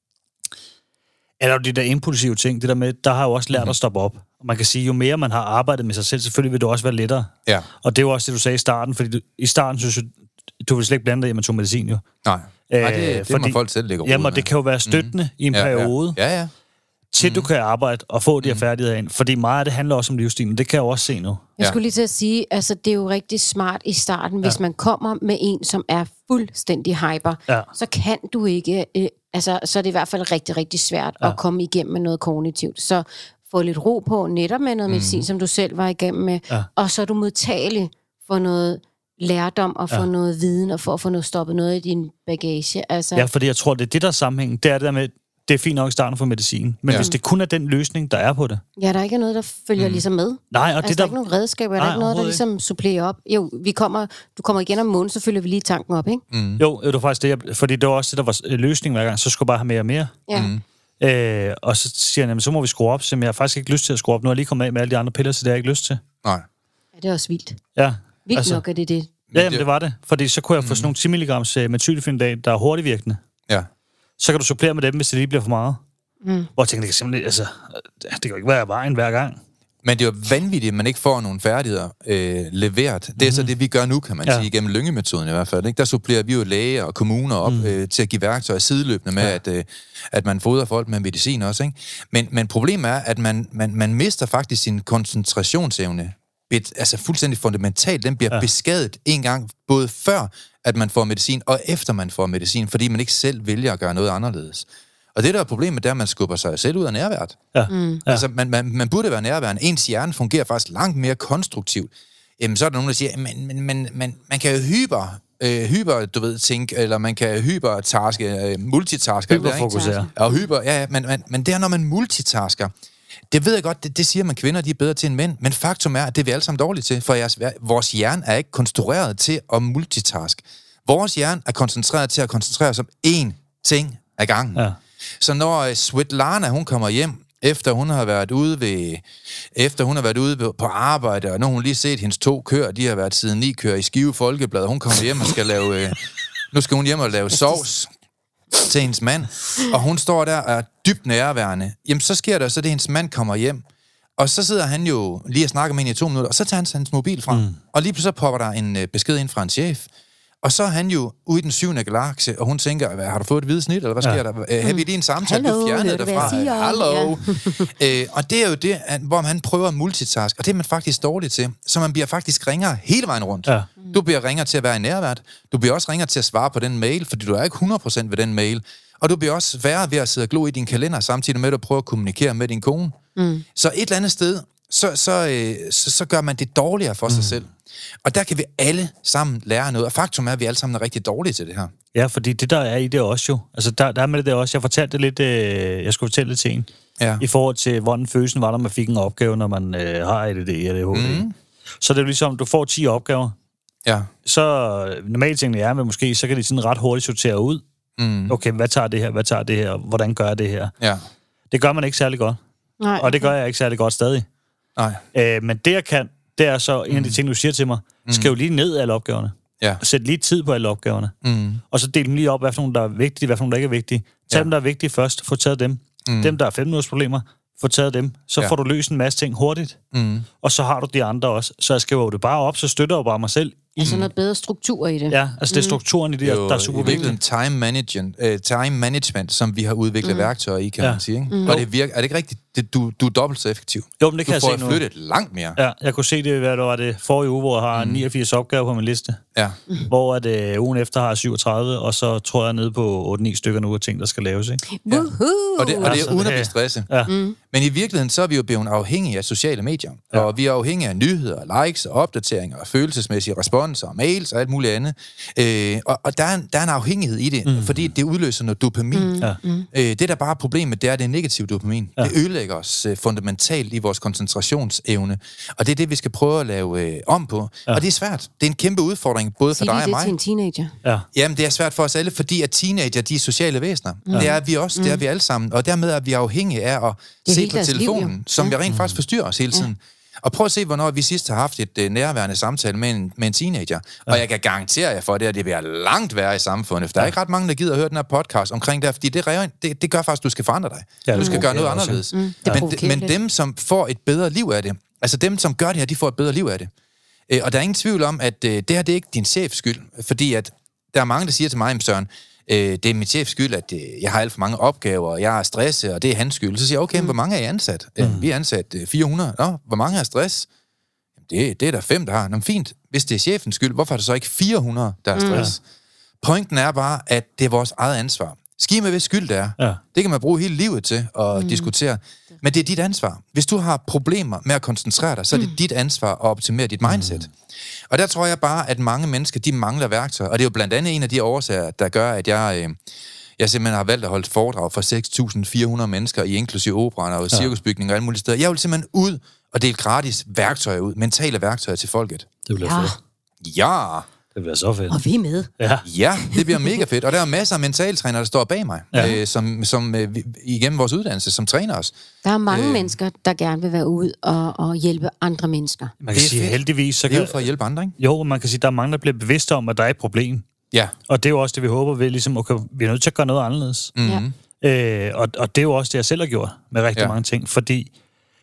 Speaker 2: er der jo de der impulsive ting, det der med, der har jo også lært mm. at stoppe op. Og man kan sige, jo mere man har arbejdet med sig selv, selvfølgelig vil det også være lettere.
Speaker 1: Ja.
Speaker 2: Og det er jo også det, du sagde i starten, fordi du, i starten synes jeg, du vil slet ikke blande dig i, at man tog medicin, jo.
Speaker 1: Nej, Nej det, det fordi, må folk selv lægge
Speaker 2: jamen, det kan jo være støttende mm. i en
Speaker 1: ja,
Speaker 2: periode,
Speaker 1: ja. Ja, ja.
Speaker 2: til
Speaker 1: mm.
Speaker 2: du kan arbejde og få de her færdigheder ind. Fordi meget af det handler også om livsstilen, det kan jeg jo også se nu.
Speaker 3: Jeg skulle lige til at sige, altså det er jo rigtig smart i starten, hvis ja. man kommer med en, som er fuldstændig hyper, ja. så kan du ikke, øh, altså så er det i hvert fald rigtig, rigtig svært ja. at komme igennem med noget kognitivt. Så få lidt ro på, netop med noget medicin, mm. som du selv var igennem med, ja. og så er du modtagelig for noget lærdom og få ja. noget viden, og for at få noget stoppet noget i din bagage. Altså.
Speaker 2: Ja, fordi jeg tror, det er det, der er sammenhængen. Det er det der med, det er fint nok i starten for medicin, men ja. hvis det kun er den løsning, der er på det.
Speaker 3: Ja, der er ikke noget, der følger mm. ligesom med.
Speaker 2: Nej, og
Speaker 3: altså,
Speaker 2: det
Speaker 3: der er ikke nogen redskaber, der er ikke noget, der ligesom supplerer op. Jo, vi kommer, du kommer igen om måneden, så følger vi lige tanken op, ikke?
Speaker 2: Mm. Jo, det var faktisk det, jeg, fordi det var også det, der var løsningen hver gang, så skulle jeg bare have mere og mere.
Speaker 3: Ja. Mm.
Speaker 2: Øh, og så siger han, så må vi skrue op, så jeg har faktisk ikke lyst til at skrue op. Nu har jeg lige kommet af med alle de andre piller, så det har jeg ikke lyst til.
Speaker 1: Nej.
Speaker 3: Ja, det er også vildt.
Speaker 2: Ja.
Speaker 3: Vildt altså, nok er det det.
Speaker 2: Ja, jamen, det var det. Fordi så kunne jeg få mm. sådan nogle ti milligram metylfenidat, der er hurtigt virkende.
Speaker 1: Ja.
Speaker 2: Så kan du supplere med dem, hvis det lige bliver for meget. Mm. Hvor jeg tænker, det kan simpelthen, altså, det kan jo ikke være vejen hver gang.
Speaker 1: Men det er jo vanvittigt, at man ikke får nogle færdigheder øh, leveret. Det er mm. så det, vi gør nu, kan man ja. sige, gennem Lynge-metoden i hvert fald. Ikke? Der supplerer vi jo læger og kommuner op mm. øh, til at give værktøjer sideløbende med, ja. at, øh, at man fodrer folk med medicin også. Ikke? Men, men problemet er, at man, man, man mister faktisk sin koncentrationsevne. Et, altså fuldstændig fundamentalt. Den bliver ja. beskadet en gang, både før, at man får medicin, og efter man får medicin, fordi man ikke selv vælger at gøre noget anderledes. Og det, der er problemet, det er, at man skubber sig selv ud af nærværet.
Speaker 2: Ja. Mm.
Speaker 1: Altså, man, man, man burde være nærværende. Ens hjerne fungerer faktisk langt mere konstruktivt. Jamen, så er der nogen, der siger, men, men, men, man, man kan jo hyper, øh, hyper, du ved, tænke, eller man kan hypertaske, øh, multitaske.
Speaker 2: Hyperfokusere.
Speaker 1: Ja, og hyper, ja, ja, men, men, men det er, når man multitasker. Det ved jeg godt, det, det siger man kvinder, de er bedre til end mænd, men faktum er, at det er vi alle sammen dårlige til, for jeres, vores hjerne er ikke konstrueret til at multitaske. Vores hjerne er koncentreret til at koncentrere sig om én ting ad gangen. Ja. Så når Svetlana, hun kommer hjem, efter hun har været ude ved, efter hun har været ude på arbejde, og når hun lige set hendes to køer, de har været siden ni køer i Skive Folkeblad, hun kommer hjem og skal lave, øh, nu skal hun hjem og lave sovs til hendes mand, og hun står der og er dybt nærværende. Jamen, så sker der så, at hendes mand kommer hjem, og så sidder han jo lige og snakker med hende i to minutter, og så tager han hans mobil fra, mm. og lige pludselig popper der en besked ind fra en chef, og så er han jo ude i den syvende galakse, og hun tænker, har du fået et hvidt snit, eller hvad sker ja. der? Øh, har vi lige en samtale,
Speaker 3: Hello,
Speaker 1: du fjernede derfra? Hallo!
Speaker 3: Ja.
Speaker 1: øh, og det er jo det, at, hvor man prøver at multitask, og det er man faktisk dårlig til, så man bliver faktisk ringere hele vejen rundt. Ja. Du bliver ringere til at være i nærvært, du bliver også ringere til at svare på den mail, fordi du er ikke hundrede procent ved den mail, og du bliver også værre ved at sidde og glo i din kalender, samtidig med at du prøver at kommunikere med din kone. Mm. Så et eller andet sted, så, så, øh, så, så gør man det dårligere for mm. sig selv. Og der kan vi alle sammen lære noget, og faktum er, at vi alle sammen er rigtig dårlige til det her.
Speaker 2: Ja, fordi det der er i det også jo, altså der, der er med det der også, jeg fortalte det lidt, øh, jeg skulle fortælle det til en, ja. i forhold til, hvordan følelsen var, når man fik en opgave, når man øh, har A D D eller A D H D. Mm. Så det er ligesom, du får ti opgaver,
Speaker 1: ja.
Speaker 2: så normalt tingene er, men måske, så kan de sådan ret hurtigt sortere ud. Mm. Okay, hvad tager det her, hvad tager det her, hvordan gør jeg det her?
Speaker 1: Ja.
Speaker 2: Det gør man ikke særlig godt.
Speaker 3: Nej,
Speaker 2: og det gør jeg ikke særlig godt stadig.
Speaker 1: Nej.
Speaker 2: Øh, men det jeg kan, det er så en af de ting, du siger til mig. Mm. Skriv lige ned alle opgaverne.
Speaker 1: Ja.
Speaker 2: Sæt lige tid på alle opgaverne.
Speaker 1: Mm.
Speaker 2: Og så del dem lige op, hvad for nogle, der er vigtige, hvad for nogle, der ikke er vigtige. Tag ja. dem, der er vigtige først. Få taget dem. Mm. Dem, der er fem minutters problemer, få taget dem. Så ja. får du løst en masse ting hurtigt. Mm. Og så har du de andre også. Så jeg skriver det bare op, så støtter jeg bare mig selv.
Speaker 3: Altså noget bedre struktur i det.
Speaker 2: Ja, altså det er strukturen i det,
Speaker 1: jo,
Speaker 2: der er super vigtigt.
Speaker 1: Time management, uh, time management, som vi har udviklet mm. værktøjer i, kan ja. man sige. Ikke? Mm. Og det virker, er det ikke rigtigt? Det, du, du er dobbelt så effektiv.
Speaker 2: Jo, men det kan
Speaker 1: du
Speaker 2: jeg se nu.
Speaker 1: Du får flyttet langt mere.
Speaker 2: Ja, jeg kunne se det, hvad det var det forrige uge, hvor jeg har mm. niogfirs opgaver på min liste.
Speaker 1: Ja.
Speaker 2: Mm. Hvor at, øh, ugen efter har jeg syvogtredive, og så tror jeg nede på otte ni stykker nu af ting, der skal laves. Ikke?
Speaker 1: Ja. Og det, og det er uden at blive stresset. Ja. Mm. Men i virkeligheden, så er vi jo blevet afhængige af sociale medier. Ja. Og vi er afhængige af nyheder, likes og opdateringer, og følelsesmæssige responser, og mails og alt muligt andet. Øh, og og der, er en, der er en afhængighed i det, mm. fordi det udløser noget dopamin. Mm. Ja. Øh, det, der bare er problemet, det er, det er negativ dopamin. Ja. Det ødelægger os øh, fundamentalt i vores koncentrationsevne. Og det er det, vi skal prøve at lave øh, om på. Ja. Og det er svært. Det er en kæmpe udfordring, både for dig og mig.
Speaker 3: Sig det til en teenager.
Speaker 2: Ja.
Speaker 1: Jamen, det er svært for os alle, fordi at teenager, de er sociale væsener. Mm. Det er vi også, mm. det er vi alle sammen. Og dermed er vi afhængige af at se på telefonen, liv, som ja. vi rent faktisk forstyrrer os hele tiden. Ja. Og prøv at se, hvornår vi sidst har haft et uh, nærværende samtale med en, med en teenager. Ja. Og jeg kan garantere jer for, det, at det bliver langt værre i samfundet. For der er ikke ret mange, der gider at høre den her podcast omkring det, fordi det, det, det gør faktisk, at du skal forandre dig. Ja, du skal mm. gøre noget anderledes. Mm. Men, men dem, som får et bedre liv af det, altså dem, som gør det her, de får et bedre liv af det. Øh, og der er ingen tvivl om, at øh, det her, det er ikke din chefs skyld. Fordi at der er mange, der siger til mig, Søren, øh, det er min chefs skyld, at øh, jeg har alt for mange opgaver, og jeg er stresset, og det er hans skyld. Så siger jeg, okay, mm. hvor mange er I ansat? Mm. Øh, vi er ansat øh, fire hundrede. Nå, hvor mange har stress? Det, det er der fem, der har. Nå, fint. Hvis det er chefens skyld, hvorfor er det så ikke fire hundrede, der har stress? Mm. Pointen er bare, at det er vores eget ansvar. Skig med, hvad skyld det er. Ja. Det kan man bruge hele livet til at mm. diskutere. Men det er dit ansvar. Hvis du har problemer med at koncentrere dig, så er det mm. dit ansvar at optimere dit mindset. Mm. Og der tror jeg bare, at mange mennesker, de mangler værktøjer. Og det er jo blandt andet en af de årsager, der gør, at jeg... Øh, Jeg simpelthen har valgt at holde foredrag for seks tusind fire hundrede mennesker i inklusive operaer og cirkusbygninger og alle mulige steder. Jeg vil simpelthen ud og dele gratis værktøjer ud, mentale værktøjer til folket.
Speaker 2: Det bliver
Speaker 3: ja.
Speaker 2: fedt.
Speaker 1: Ja.
Speaker 2: Det bliver så fedt.
Speaker 3: Og vi er med.
Speaker 2: Ja,
Speaker 1: ja det bliver mega fedt. Og der er masser af mentaltrænere, der står bag mig, ja. øh, som, som øh, igennem vores uddannelse, som træner os.
Speaker 3: Der er mange øh, mennesker, der gerne vil være ude og, og hjælpe andre mennesker.
Speaker 2: Man kan sige heldigvis... Så
Speaker 1: det er jo for at hjælpe andre, ikke?
Speaker 2: Jo, man kan sige, der er mange, der bliver bevidste om, at der er et problem.
Speaker 1: Ja.
Speaker 2: Og det er jo også det, vi håber ved, ligesom, okay, vi er nødt til at gøre noget anderledes.
Speaker 1: Mm-hmm.
Speaker 2: Øh, og, og det er jo også det, jeg selv har gjort med rigtig ja. mange ting, fordi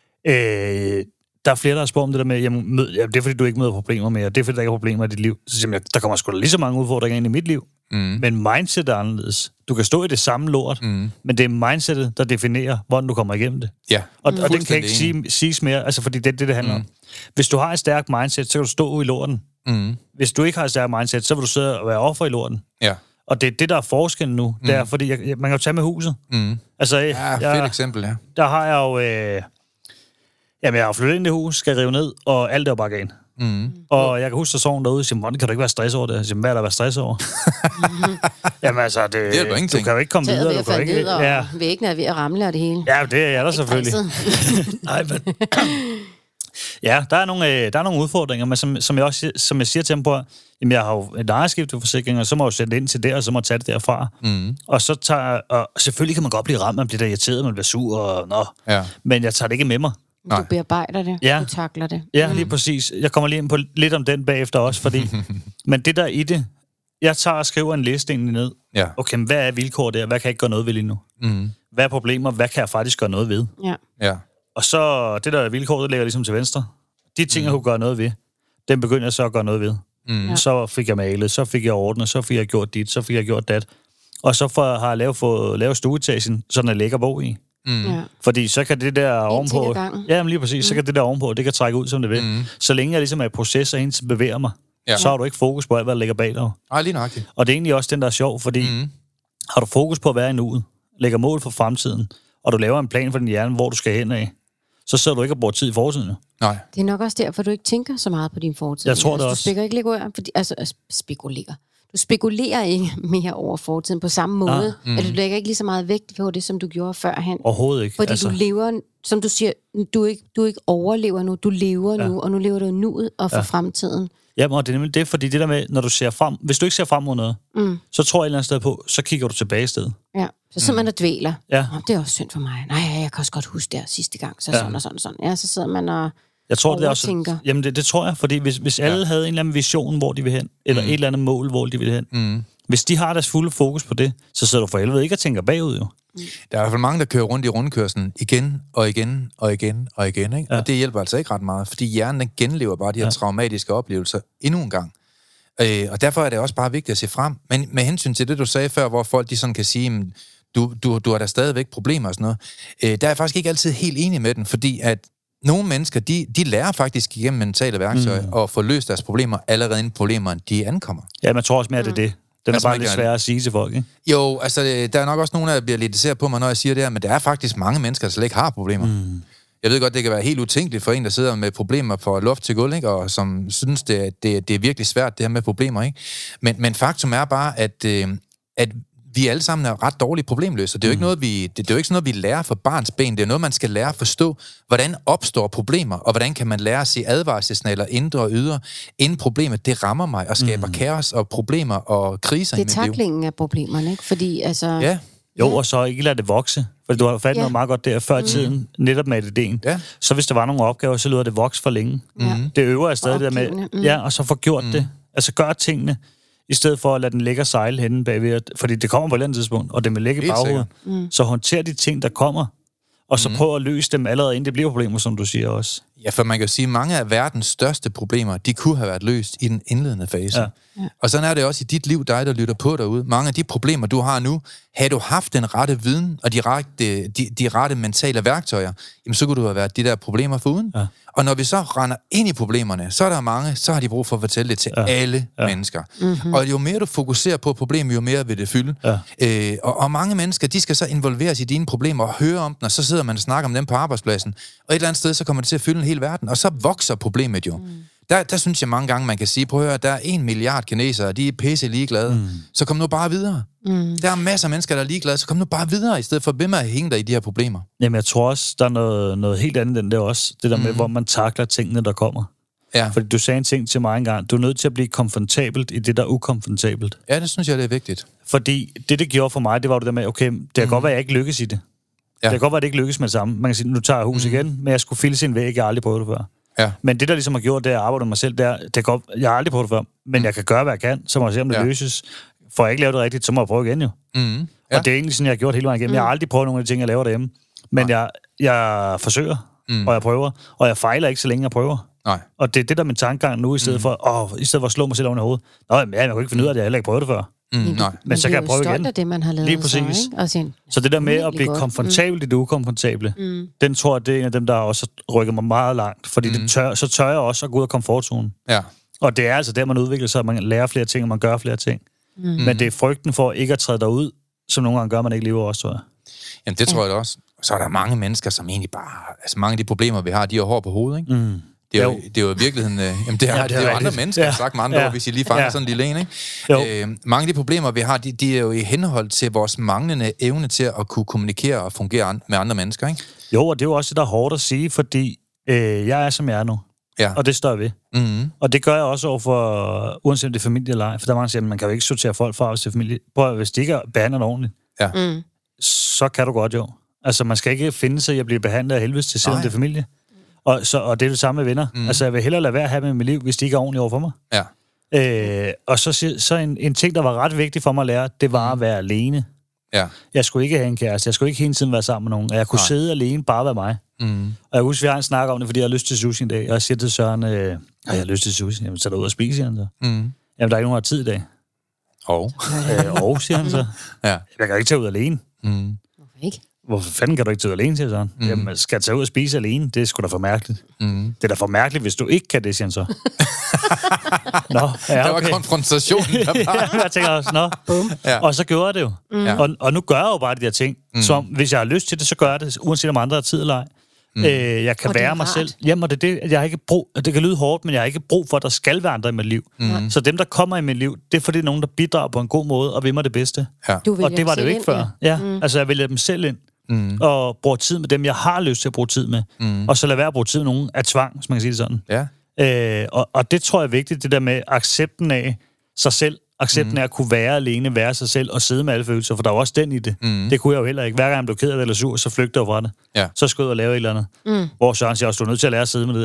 Speaker 2: øh, der er flere, der har spurgt om det der med, jamen, mød, ja, det er fordi, du ikke møder problemer med, og det er fordi, der ikke er problemer i dit liv. Så siger jeg, der kommer sgu da lige så mange udfordringer ind i mit liv, mm. men mindset er anderledes. Du kan stå i det samme lort, mm. men det er mindsetet, der definerer, hvordan du kommer igennem det.
Speaker 1: Ja.
Speaker 2: Og, mm. og den kan ikke sige, siges mere, altså fordi det er det, det handler mm. om. Hvis du har et stærkt mindset, så kan du stå i lorten. Mm. Hvis du ikke har et stærkt mindset, så vil du sidde og være offer i lorten. Ja. Og det er det, der er forskellen nu. Mm. Det er, fordi jeg, man kan jo tage med huset. Mm. Altså,
Speaker 1: ja,
Speaker 2: jeg,
Speaker 1: fedt eksempel, ja.
Speaker 2: Der har jeg jo... Øh, jamen, jeg har flyttet ind i hus, skal rive ned, og alt er jo bare galt. Mm. Og jeg kan huske, at soven derude og siger, kan du ikke være stress over det? Jeg siger, hvad er der være stress over? Jamen altså, det, det er du kan jo ikke komme
Speaker 3: Taget
Speaker 2: videre. Du kan ikke...
Speaker 3: Ned, og
Speaker 2: ja.
Speaker 3: væggene er ved at ramle af det hele.
Speaker 2: Ja, det er der selvfølgelig. Nej, men... Ja, der er nogle, øh, der er nogle udfordringer, men som, som, jeg også som jeg siger til dem på, jamen jeg har jo et ejerskifteforsikring, og så må jeg jo sætte ind til det, og så må jeg tage det derfra. Mm. Og så tager, og selvfølgelig kan man godt blive ramt, man bliver der irriteret, man bliver sur, og nå. Ja. Men jeg tager det ikke med mig.
Speaker 3: Du bearbejder det, ja. Du takler det.
Speaker 2: Ja, lige præcis. Jeg kommer lige ind på lidt om den bagefter også, fordi, men det der i det, jeg tager og skriver en liste egentlig ned. Ja. Okay, men hvad er vilkår der? Hvad kan jeg ikke gøre noget ved lige nu? Mm. Hvad er problemer? Hvad kan jeg faktisk gøre noget ved?
Speaker 3: Ja.
Speaker 2: Ja. Og så, det der vilkår, det ligger ligesom til venstre. De ting, mm. jeg kunne gøre noget ved, den begyndte jeg så at gøre noget ved. Mm. Så fik jeg malet, så fik jeg ordnet, så fik jeg gjort dit, så fik jeg gjort dat. Og så for, har jeg lavet, fået lavet stueetagen, så den er lækker bog i. Mm. Ja. Fordi så kan det der ovenpå... Ja, men lige præcis, mm. så kan det der ovenpå, det kan trække ud, som det vil. Mm. Så længe jeg ligesom er i proces og egentlig bevæger mig, ja. Så har du ikke fokus på alt, hvad der ligger bag dig.
Speaker 1: Ej, lige nøjagtigt.
Speaker 2: Og det er egentlig også den, der er sjov, fordi mm. har du fokus på at være i nuet, lægger mål for fremtiden, og du laver en plan for din hjerne, hvor du skal hen af, så sidder du ikke og bruger tid i fortiden.
Speaker 1: Nej.
Speaker 3: Det er nok også derfor, du ikke tænker så meget på din fortid.
Speaker 2: Jeg tror
Speaker 3: altså,
Speaker 2: det
Speaker 3: også. Du spekulerer ikke, fordi, altså, spekulerer. Du spekulerer ikke mere over fortiden på samme måde. Ah, mm. At du lægger ikke lige så meget vægt på det, som du gjorde førhen.
Speaker 2: Overhovedet ikke.
Speaker 3: Fordi altså... du lever, som du siger, du ikke, du ikke overlever nu, du lever ja. nu, og nu lever du nuet og for ja. fremtiden.
Speaker 2: Ja, men det er nemlig det, fordi det der med, når du ser frem, hvis du ikke ser frem mod noget, mm. så tror jeg et eller andet sted på, så kigger du tilbage i stedet.
Speaker 3: Ja, så sidder mm. man og dvæler.
Speaker 2: Ja.
Speaker 3: Det er også synd for mig. Nej, jeg kan også godt huske det sidste gang, så ja. sådan og sådan og sådan. Ja, så sidder man og...
Speaker 2: Jeg tror, det er også, jamen det, det tror jeg, fordi hvis, hvis alle ja. havde en eller anden vision, hvor de vil hen, eller mm. et eller andet mål, hvor de vil hen, mm. hvis de har deres fulde fokus på det, så sidder du for helvede ikke og tænker bagud jo.
Speaker 1: Mm. Der er i hvert fald mange, der kører rundt i rundkørslen igen og igen og igen og igen, ikke? Ja. Og det hjælper altså ikke ret meget, fordi hjernen den genlever bare de her ja. traumatiske oplevelser endnu en gang. Øh, og derfor er det også bare vigtigt at se frem. Men med hensyn til det, du sagde før, hvor folk de sådan kan sige, du, du, du har da stadigvæk problemer og sådan noget, øh, der er jeg faktisk ikke altid helt enig med den, fordi at nogle mennesker, de, de lærer faktisk igennem mentale værktøjer mm. at få løst deres problemer, allerede inden problemerne de ankommer.
Speaker 2: Ja, man tror også mere, at det er det. Den er bare lidt svær at sige til folk, ikke?
Speaker 1: Jo, altså, der er nok også nogen, der bliver lidt især på mig, når jeg siger det her, men der er faktisk mange mennesker, der slet ikke har problemer. Mm. Jeg ved godt, det kan være helt utænkeligt for en, der sidder med problemer fra luft til gulv, ikke? Og som synes, det, det, det er virkelig svært, det her med problemer, ikke? Men, men faktum er bare, at, øh, at vi alle sammen er ret dårlige problemløser. Det er jo ikke noget, vi, det, det er jo ikke sådan noget, vi lærer fra barns ben. Det er noget, man skal lære at forstå, hvordan opstår problemer, og hvordan kan man lære at se advarselssignaler, indre og ydre, inden problemet, det rammer mig og skaber mm. kaos og problemer og kriser i mit liv.
Speaker 3: Det er taklingen af problemerne, ikke? Fordi, altså...
Speaker 1: Ja.
Speaker 2: Jo, og så ikke lade det vokse. For du har fat ja. noget meget godt der før i tiden, mm. netop med idéen. Ja. Så hvis der var nogle opgaver, så lyder det vokse for længe. Mm. Det øver jeg stadig der med, mm. ja, og så få gjort mm. det. Altså gør tingene, i stedet for at lade den ligge og sejle henne bagved. Fordi det kommer på et eller andet tidspunkt, og det vil ligge i baghovedet. Mm. Så håndter de ting, der kommer, og så mm. prøv at løse dem allerede, inden det bliver problemer, som du siger også.
Speaker 1: Ja, for man kan jo sige, at mange af verdens største problemer, de kunne have været løst i den indledende fase. Ja. Ja. Og sådan er det også i dit liv, dig, der lytter på derude. Mange af de problemer, du har nu, havde du haft den rette viden og de rette, de, de rette mentale værktøjer, jamen så kunne du have været de der problemer foruden. Ja. Og når vi så render ind i problemerne, så er der mange, så har de brug for at fortælle det til ja. alle ja. mennesker. Mm-hmm. Og jo mere du fokuserer på problemet, jo mere vil det fylde. Ja. Øh, og, og mange mennesker, de skal så involveres i dine problemer og høre om dem, og så sidder man og snakker om dem på arbejdspladsen. Og et eller andet sted, så kommer det til at fylde en hel verden, og så vokser problemet jo. Mm. Der, der synes jeg mange gange, man kan sige, prøv at høre, der er en milliard kinesere, de er pisse ligeglade. Mm. Så kom nu bare videre. Mm. Der er masser af mennesker, der er ligeglade, så kom nu bare videre, i stedet for at blive med at hænge dig i de her problemer.
Speaker 2: Jamen, jeg tror også, der er noget, noget helt andet end det også. Det der med, mm. hvor man takler tingene, der kommer. Ja. Fordi du sagde en ting til mig engang. Du er nødt til at blive komfortabelt i det, der er ukomfortabelt.
Speaker 1: Ja, det synes jeg, det er vigtigt.
Speaker 2: Fordi det, det gjorde for mig, det var det der med, okay, det kan mm. godt være, at jeg ikke lykkes i det. Ja. Det kan godt være, at det ikke lykkes med det samme. Man kan sige, nu tager jeg hus mm. igen, men jeg skulle filse en væg, jeg aldrig prøvet det før. Ja. Men det, der ligesom har gjort, det er at arbejde med mig selv, det er, det godt, jeg har aldrig prøvet det før, men mm. jeg kan gøre, hvad jeg kan, så må jeg se, om det ja. løses. For jeg ikke lave det rigtigt, så må jeg prøve igen jo. Mm. Ja. Og det er egentlig sådan, jeg har gjort hele vejen igennem. Mm. Jeg har aldrig prøvet nogle af de ting, jeg laver derhjemme. Men jeg, jeg forsøger, mm. og jeg prøver, og jeg fejler ikke, så længe jeg prøver. Nej. Og det er det, der er min tankegang nu, i stedet mm. for, åh, i stedet for at slå mig selv oven i hovedet. Nå, jamen, jeg kan ikke finde ud af, at jeg heller ikke prøvet det før. Mm, nej. Men, men så kan jeg prøve igen.
Speaker 3: Af det, man har lavet.
Speaker 2: Lige præcis. Så, sin, så det der med at blive godt. komfortabel i det ukomfortable, mm. den tror jeg, det er en af dem, der også rykker mig meget langt. Fordi mm. det tør, så tør jeg også at gå ud af komfortzonen. Ja. Og det er altså der, man udvikler sig, at man lærer flere ting, og man gør flere ting. Mm. Men det er frygten for ikke at træde derud, som nogle gange gør, man ikke lever også, tror jeg.
Speaker 1: Jamen, det tror jeg også. Så er der mange mennesker, som egentlig bare... Altså, mange af de problemer, vi har, de har hår på hovedet, ikke? Mm. Det er, jo, det er jo i virkeligheden... Øh, jamen, det er, ja, det er, det er jo andre mennesker, ja. sagt med andre ja. ord, hvis I lige fanger ja. sådan en lille en, ikke? Øh, mange af de problemer, vi har, de, de er jo i henhold til vores manglende evne til at kunne kommunikere og fungere med andre mennesker, ikke?
Speaker 2: Jo, og det er jo også det, der er hårdt at sige, fordi øh, jeg er, som jeg er nu. Ja. Og det står jeg ved. Mm-hmm. Og det gør jeg også over for, uanset om det er familie eller ej, for der er mange, der siger, at man kan jo ikke sortere folk fra os til familie. Prøv at, hvis de ikke behandler det ordentligt, ja. mm. så kan du godt jo. Altså, man skal ikke finde sig i at blive behandlet af helvedes til, selvom det er familie. Og, så, og det er det samme med venner. Mm. Altså, jeg vil hellere lade være at have med mit liv, hvis de ikke er ordentligt over for mig. Ja. Øh, og så, så en, en ting, der var ret vigtig for mig at lære, det var at være alene. Ja. Jeg skulle ikke have en kæreste. Jeg skulle ikke hele tiden være sammen med nogen. Jeg kunne Nej. sidde alene, bare være mig. Mm. Og jeg husker, vi har en snak om det, fordi jeg har lyst til sushi en dag. Og jeg siger til Søren, øh, jeg har lyst til sushi. Jamen, så er der ud og spise, siger han så. Mm. Jamen, der er ikke nogen, der har tid i dag.
Speaker 1: Og?
Speaker 2: øh, og, siger han så. Ja. Jeg kan ikke tage ud alene. Mm.
Speaker 3: Hvorfor ikke?
Speaker 2: Hvorfor fanden kan du ikke tage ud alene, siger Søren? Mm. Jamen, skal jeg tage ud og spise alene? Det er sgu da for mærkeligt. Mm. Det er da for mærkeligt, hvis du ikke kan det, siger han så. Nå, ja, okay.
Speaker 1: Det var konfrontationen, der bare...
Speaker 2: ja, jeg tænker også, nå. Boom. Ja. Og så gjorde jeg det jo. Mm. Og, og nu gør jeg jo bare de der ting, mm. som hvis jeg har lyst til det, så gør jeg det, uanset om andre har tid eller ej. Mm. Øh, jeg kan være mig rart. selv. Jamen, det, det, jeg har ikke brug, det kan lyde hårdt, men jeg har ikke brug for, at der skal være andre i mit liv. Mm. Så dem, der kommer i mit liv, det er fordi det er nogen, der bidrager på en god måde og vil mig det bedste. Ja. Og det var det jo ikke ind, før. Ja. Mm. Altså, jeg vælger dem selv ind. Mm. Og bruger tid med dem, jeg har lyst til at bruge tid med. Mm. Og så lad være at bruge tid med nogen af tvang, hvis man kan sige det sådan. Ja. Øh, og, og det tror jeg er vigtigt, det der med accepten af sig selv. Accepten mm. af at kunne være alene, være sig selv og sidde med alle følelser, for der er også den i det. Mm. Det kunne jeg jo heller ikke. Hver gang jeg blev ked af det eller sur, så flygter jeg fra det. Ja. Så skulle jeg ud og lave et eller andet. Mm. Hvor Søren siger også, du er nødt til at lære at sidde med det der.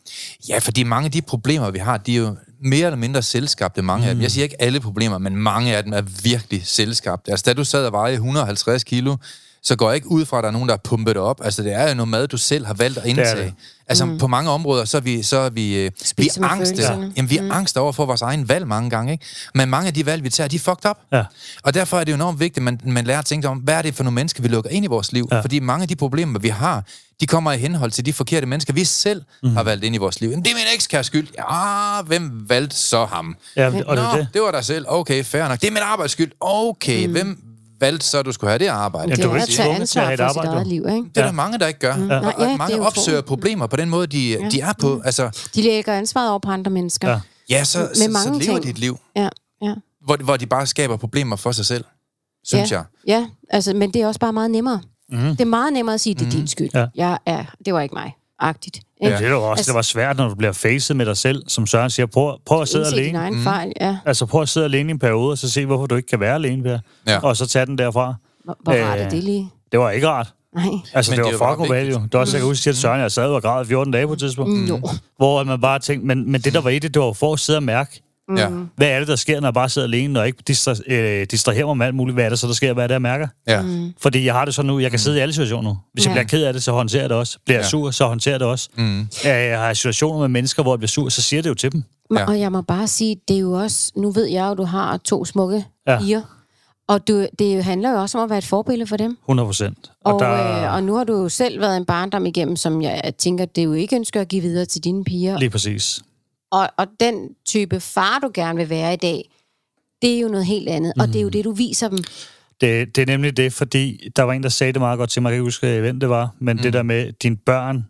Speaker 1: Ja, fordi mange af de problemer, vi har, de er jo mere eller mindre selvskabte, mange mm. af dem. Jeg siger ikke alle problemer, men mange af dem er virkelig selvskabte. Altså, da du sad og vejede et hundrede og halvtreds kilo, så går jeg ikke ud fra, at der er nogen, der har pumpet det op. Altså, det er jo noget mad, du selv har valgt at indtage. Altså, mm. på mange områder, så er vi, så er vi, øh, vi er angste. Jamen, vi er mm. angst over for vores egen valg mange gange, ikke? Men mange af de valg, vi tager, de er fucked up. Ja. Og derfor er det jo enormt vigtigt, at man, man lærer at tænke om, hvad er det for nogle mennesker, vi lukker ind i vores liv? Ja. Fordi mange af de problemer, vi har, de kommer i henhold til de forkerte mennesker, vi selv mm. har valgt ind i vores liv. Det er min ekskære skyld. Ja, hvem valgte så ham?
Speaker 2: Ja, og det,
Speaker 1: Nå,
Speaker 2: det.
Speaker 1: det var dig selv. Okay, fair nok. Det er min arbejds skyld. Okay, mm. hvem valgte så, du skulle have det arbejde?
Speaker 3: Det er at tage ansvar for sit eget liv, ikke?
Speaker 1: Det er der mange, der ikke gør. Mm. Ja. Og, og mange opsøger problemer på den måde, de, ja. de er på. Altså,
Speaker 3: de lægger ansvaret over på andre mennesker.
Speaker 1: Ja, ja så, så, så, så lever de et liv,
Speaker 3: ja. Ja.
Speaker 1: Hvor, hvor de bare skaber problemer for sig selv, synes
Speaker 3: ja.
Speaker 1: jeg.
Speaker 3: Ja, altså, men det er også bare meget nemmere. Mm. Det er meget nemmere at sige, det er mm. din skyld. Ja. Jeg er, det var ikke mig. Agtigt.
Speaker 2: Ja. Det er jo også, altså, det var svært, når du bliver facet med dig selv, som Søren siger, prøv, prøv at sidde alene. Din
Speaker 3: egen mm. fejl, ja.
Speaker 2: Altså prøv at sidde alene i en periode, og så se, hvorfor du ikke kan være alene ved, ja. og så tage den derfra.
Speaker 3: Hvor, hvor rart er det lige?
Speaker 2: Det var ikke rart.
Speaker 3: Nej.
Speaker 2: Altså, men det, det var fucking ubehageligt jo. Det var også, jeg kan huske, at Søren, jeg sad og græd fjorten dage på et tidspunkt. Mm. Hvor man bare tænkte, men, men det der var i det, det var for at sidde og mærke, mm. hvad er det, der sker, når jeg bare sidder alene, og ikke distra- øh, distraherer mig med alt muligt, hvad er det så, der sker, hvad er det, jeg mærker? Ja. Mm. Fordi jeg har det sådan nu, jeg kan sidde i alle situationer nu. Hvis ja. jeg bliver ked af det, så håndterer jeg det også. Bliver jeg ja. sur, så håndterer jeg det også. Mm. Jeg har situationer med mennesker, hvor jeg bliver sur, så siger det jo til dem.
Speaker 3: Ja. Og jeg må bare sige, det er jo også, nu ved jeg jo, du har to smukke ja. piger. Og du, det handler jo også om at være et forbillede for dem.
Speaker 2: hundrede procent.
Speaker 3: Og, og, der... øh, og nu har du jo selv været en barndom igennem, som jeg tænker, det er jo ikke ønsker at give videre til dine piger.
Speaker 2: Lige præcis.
Speaker 3: Og, og den type far, du gerne vil være i dag, det er jo noget helt andet. Mm. Og det er jo det, du viser dem.
Speaker 2: Det, det er nemlig det, fordi der var en, der sagde det meget godt til mig. Jeg kan ikke huske, hvem det var. Men mm. det der med, dine børn